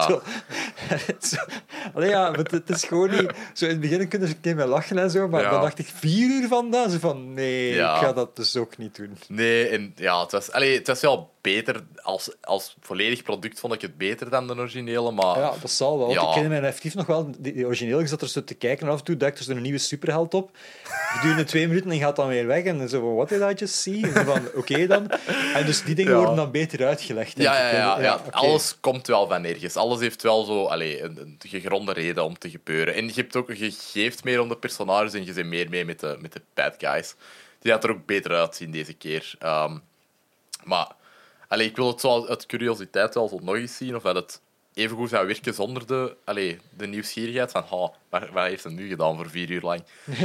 het is gewoon niet... Zo in het begin kunnen ze een keer mee lachen en zo, maar dan dacht ik 4 uur van dat. Zo van, nee, ik ga dat dus ook niet doen. Nee, en het was wel beter. Als volledig product vond ik het beter dan de originele, maar... Ja, dat zal wel. Ik ken mij effectief nog wel... Die originele, ik zat er zo te kijken en af en toe duikt er zo een nieuwe superheld op. Gedurende 2 minuten en gaat dan weer weg. En zo van, what did I just see? En van, oké dan. En dus die dingen worden dan beter uitgelegd. Ja. Alles komt wel van nergens. Alles heeft wel zo een gegronde reden om te gebeuren. En je geeft meer om de personages en je bent meer mee met de bad guys. Die gaat er ook beter uitzien deze keer. Maar ik wil het zo uit curiositeit wel zo nog eens zien of dat het even goed zou werken zonder de nieuwsgierigheid van wat heeft hij nu gedaan voor 4 uur lang.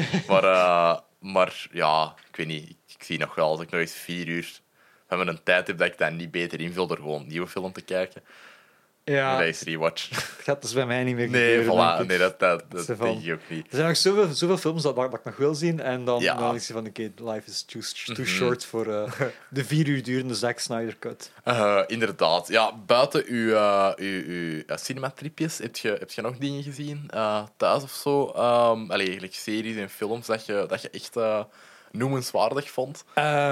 Maar ja, ik weet niet. Ik zie nog wel, als ik nog eens 4 uur van mijn tijd heb, dat ik dat niet beter invul door gewoon een nieuwe film te kijken. Ja. Dat is rewatch. Dat gaat dus bij mij niet meer gebeuren. Voilà. Nee, dat denk ik ook niet. Er zijn nog zoveel films dat ik nog wil zien. En dan is het van, life is too short voor de 4 uur durende Zack Snyder cut. Inderdaad. Ja, buiten uw cinematripjes, heb je nog dingen gezien thuis of zo? Eigenlijk series en films dat je echt noemenswaardig vond?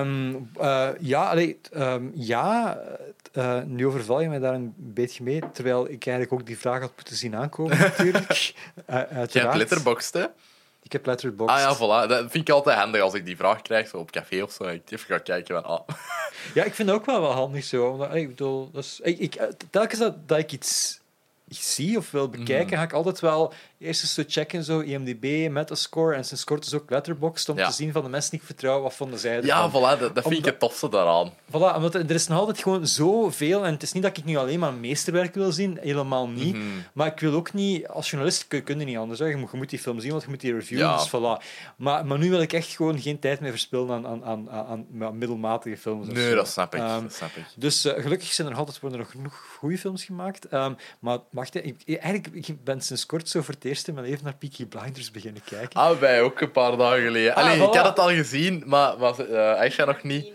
Nu overval je mij daar een beetje mee, terwijl ik eigenlijk ook die vraag had moeten zien aankomen, natuurlijk. Je hebt Letterboxd, hè? Ik heb Letterboxd. Ah ja, voilà. Dat vind ik altijd handig als ik die vraag krijg, zo op café of zo. Ik even ga kijken van, Ja, ik vind dat ook wel handig zo. Omdat, ik bedoel, telkens dat ik iets zie of wil bekijken, ga ik altijd wel eerst eens zo checken, zo IMDb, Metascore en sinds kort is ook Letterboxd, om te zien van de mensen die ik vertrouw, wat vonden zij ervan. Ja, voilà, dat vind ik het tofste daaraan. Voilà, omdat er is nog altijd gewoon zoveel, en het is niet dat ik nu alleen maar meesterwerk wil zien, helemaal niet, maar ik wil ook niet, als journalist kun je niet anders, hè. Je moet die film zien, want je moet die reviewen, dus voilà. Maar nu wil ik echt gewoon geen tijd meer verspillen aan middelmatige films. Nee, dat snap ik. Dus gelukkig worden er nog genoeg goede films gemaakt. Maar wacht, ik ben sinds kort zo voor het eerst in mijn leven naar Peaky Blinders beginnen kijken. Wij ook een paar dagen geleden. Voilà. Ik had het al gezien, maar Aisha nog niet.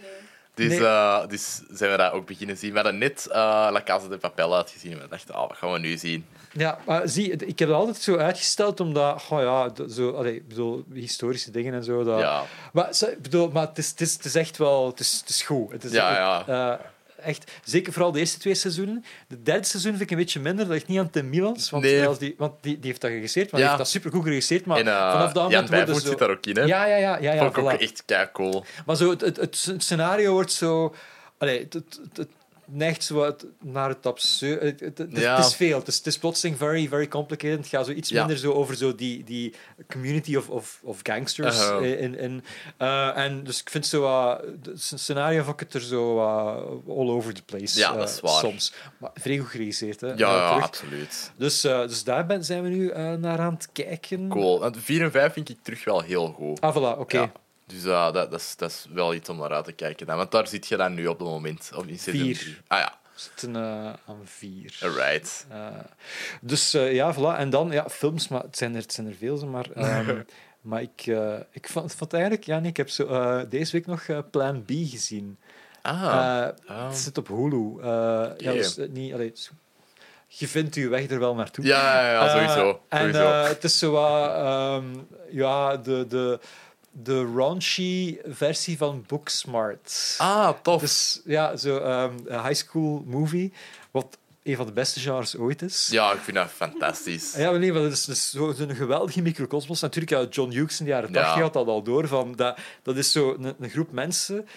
Dus zijn we dat ook beginnen zien. We hadden net La Casa de Papel uitgezien en we dachten, wat gaan we nu zien? Ja, maar zie, ik heb het altijd zo uitgesteld, omdat ik bedoel, historische dingen en zo. Maar het is echt wel... Het is goed. Het is echt, zeker vooral de eerste 2 seizoenen. De derde seizoen vind ik een beetje minder. Dat ligt niet aan Tim Milans, want die heeft dat geregisseerd. Maar die heeft dat supergoed geregisseerd. Maar vanaf dat Jan Bijvoet zit daar ook in, hè? Ja. Vond ik ook echt keicool. Maar zo, het scenario wordt zo... Het neigt zo naar het absurde. Het is veel. Het is plotseling very, very complicated. Het gaat zo iets minder zo over zo die community of gangsters. En dus ik vind zo... het scenario vond ik het er zo all over the place. Ja, dat is waar. Soms. Maar vrij goed geregisseerd. Hè, ja, absoluut. Dus daar zijn we nu naar aan het kijken. Cool. En 4 en 5 vind ik terug wel heel goed. Ah, voilà, oké. Ja. Dus dat is wel iets om naar uit te kijken. Want daar zit je dan nu op het moment. Of in 4. Ah ja. We zitten aan 4. Alright. Dus voilà. En dan, films, maar het zijn er veel. Maar ik vond eigenlijk... Ja, nee, ik heb deze week nog Plan B gezien. Het zit op Hulu. Dus niet... je vindt je weg er wel naartoe. Ja, sowieso. En het is zo de raunchy versie van Booksmart. Tof. Dus een high school movie, wat een van de beste genres ooit is. Ja, ik vind dat fantastisch. Ja, maar nee, maar het is dus zo'n geweldige microcosmos. Natuurlijk, John Hughes in de jaren 80 had dat al door. Dat is zo een groep mensen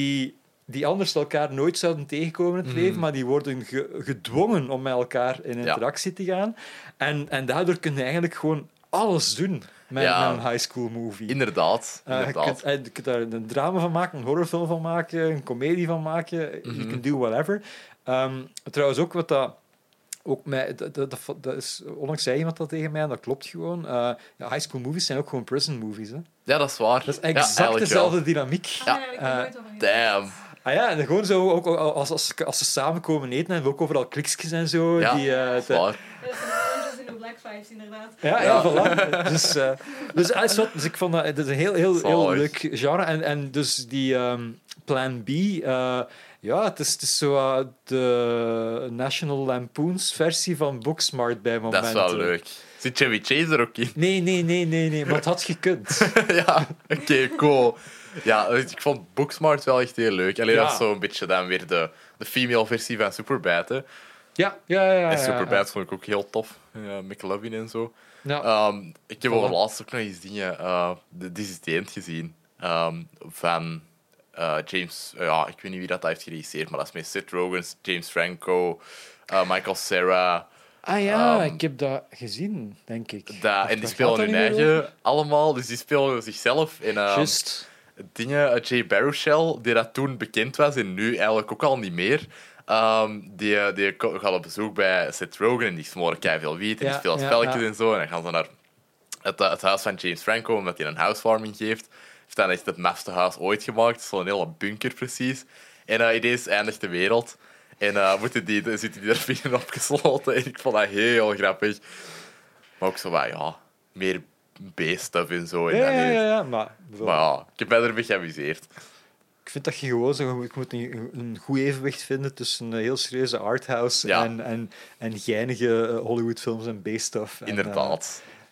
die anders elkaar nooit zouden tegenkomen in het leven, maar die worden gedwongen om met elkaar in interactie te gaan. En daardoor kun je eigenlijk gewoon alles doen met een high school movie. Inderdaad. Je kunt daar een drama van maken, een horrorfilm van maken, een comedie van maken. You can do whatever. Trouwens ook wat dat... Ook dat is, onlangs zei iemand dat tegen mij, en dat klopt gewoon. High school movies zijn ook gewoon prison movies. Hè? Ja, dat is waar. Dat is exact dezelfde dynamiek. Damn. En gewoon zo, ook als ze samen komen eten, hebben we ook overal kliksjes en zo. Ja, dat is waar. Black Fives, inderdaad. Ja, voilà. Dus ik vond dat is een heel leuk genre. En dus die Plan B... het is zo de National Lampoon's versie van Booksmart bij momenten. Dat is wel leuk. Zit Chevy Chase er ook in? Nee, maar het had gekund. Ja, oké, cool. Ja, ik vond Booksmart wel echt heel leuk. Alleen dat is zo'n beetje dan weer de female versie van Superbad, hè. Ja. En Superbad vond ik ook heel tof. McLovin en zo. Ja. Ik heb over laatst ook nog eens dingen... de Dissident gezien. Van... James... ik weet niet wie dat heeft geregisseerd, maar dat is met Seth Rogen, James Franco, Michael Cera... ik heb dat gezien, denk ik. En die spelen hun eigen allemaal. Dus die spelen zichzelf in... Juist. Jay Baruchel, die dat toen bekend was en nu eigenlijk ook al niet meer... die gaat op bezoek bij Seth Rogen en die smoren keiveel wiet en die spelen spelletjes en zo. En dan gaan ze naar het huis van James Franco, omdat hij een housewarming geeft. Heeft dan echt het mafste huis ooit gemaakt. Zo'n hele bunker, precies. En ineens eindigt de wereld. En zitten die er binnen opgesloten. En ik vond dat heel grappig. Maar ook zo meer B-stuff en zo. Maar ik heb mij er een beetje geamuseerd. Ik vind dat je gewoon zo... Ik moet een goed evenwicht vinden tussen een heel serieuze arthouse en geinige Hollywoodfilms en B-stuff. Inderdaad.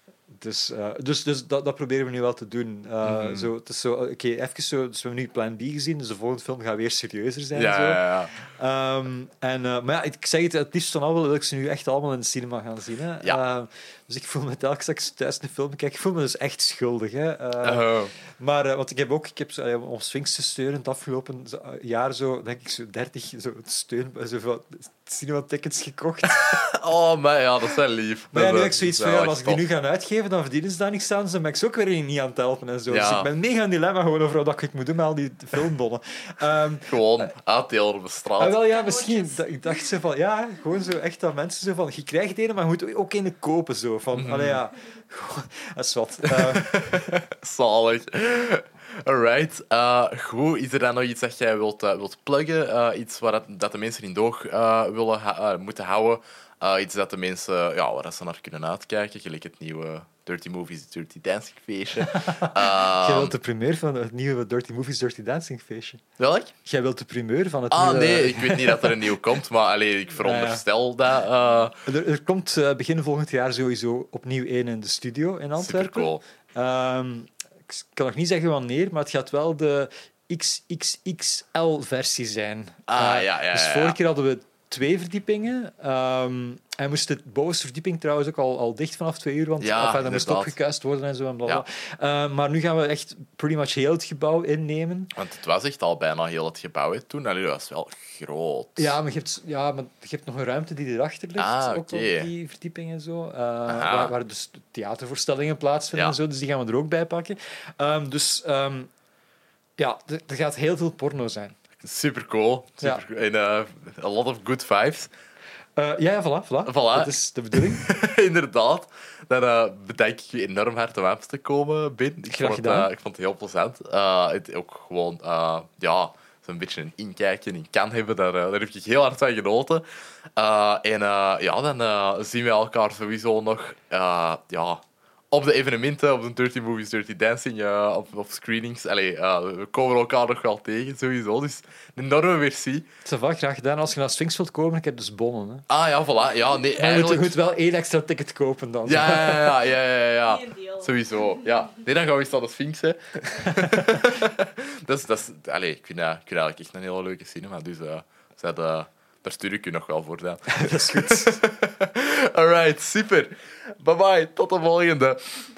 Dus dat proberen we nu wel te doen. Het is zo, oké, even zo, dus we hebben nu Plan B gezien, dus de volgende film gaat weer serieuzer zijn. Ja. Maar ja, ik zeg het liefst van al wil ik ze nu echt allemaal in de cinema gaan zien. Hè. Ja. Dus ik voel me telkens als ik thuis een film kijk, ik voel me dus echt schuldig. Hè. Maar want ik heb om Sphinx te steunen het afgelopen jaar zo, denk ik, zo 30 zoveel cinema-tickets gekocht. Oh, maar ja, dat is wel lief. Maar ja, nu heb ik zoiets van, als ik die nu ga uitgeven, dan verdienen ze daar niks aan, dus dan ben ik ze ook weer niet aan het helpen en zo. Ja. Dus ik ben mega in dilemma gewoon over wat ik moet doen met al die filmbonnen. Gewoon uitdelen op de straat. Wel ja, misschien. Ik dacht zo van, ja, gewoon zo echt dat mensen zo van, je krijgt een, maar je moet ook een kopen, zo. Van, allee, ja, dat is wat. Zalig. Alright. Goed, is er dan nog iets dat jij wilt pluggen? Iets waar dat de mensen in doog moeten houden? Iets dat de mensen, waar ze naar kunnen uitkijken? Gelijk het nieuwe Dirty Movies, Dirty Dancing feestje. Jij wilt de primeur van het nieuwe Dirty Movies, Dirty Dancing feestje. Welk? Jij wilt de primeur van het nieuwe... Nee, ik weet niet dat er een nieuw komt, maar ik veronderstel dat... Er komt begin volgend jaar sowieso opnieuw één in de studio in Antwerpen. Supercool. Ik kan nog niet zeggen wanneer, maar het gaat wel de XXXL-versie zijn. Dus vorige keer hadden we 2 verdiepingen. Hij moest de bovenste verdieping trouwens ook al dicht vanaf 2 uur, want dat moest opgekuist worden en zo. En blablabla. Maar nu gaan we echt pretty much heel het gebouw innemen. Want het was echt al bijna heel het gebouw hè, toen. Dat was wel groot. Ja, maar je hebt nog een ruimte die erachter ligt, ook op die verdieping en zo. Waar dus theatervoorstellingen plaatsvinden en zo, dus die gaan we er ook bij pakken. Er gaat heel veel porno zijn. Super cool. En a lot of good vibes. Voilà. Dat is de bedoeling. Inderdaad. Dan bedank ik je enorm hard om te komen, Ben. Ik vond het heel plezant. Het ook gewoon zo'n beetje een inkijkje in kan hebben. Daar heb ik heel hard van genoten. Dan zien we elkaar sowieso nog op de evenementen, op de Dirty Movies, Dirty Dancing, op screenings. We komen elkaar nog wel tegen, sowieso. Dus een enorme merci. Ça va, graag gedaan. Als je naar Sphinx wilt komen, ik heb dus bonnen. Hè. Voilà. Ja, nee, eigenlijk... Je moet wel 1 extra ticket kopen dan. Ja. Sowieso. Ja. Nee, dan gaan we eens naar de Sphinx. Hè. Ik vind eigenlijk echt een hele leuke cinema. Dus daar stuur ik u nog wel voor. Dan. Dat is goed. Alright, super. Bye-bye. Tot de volgende.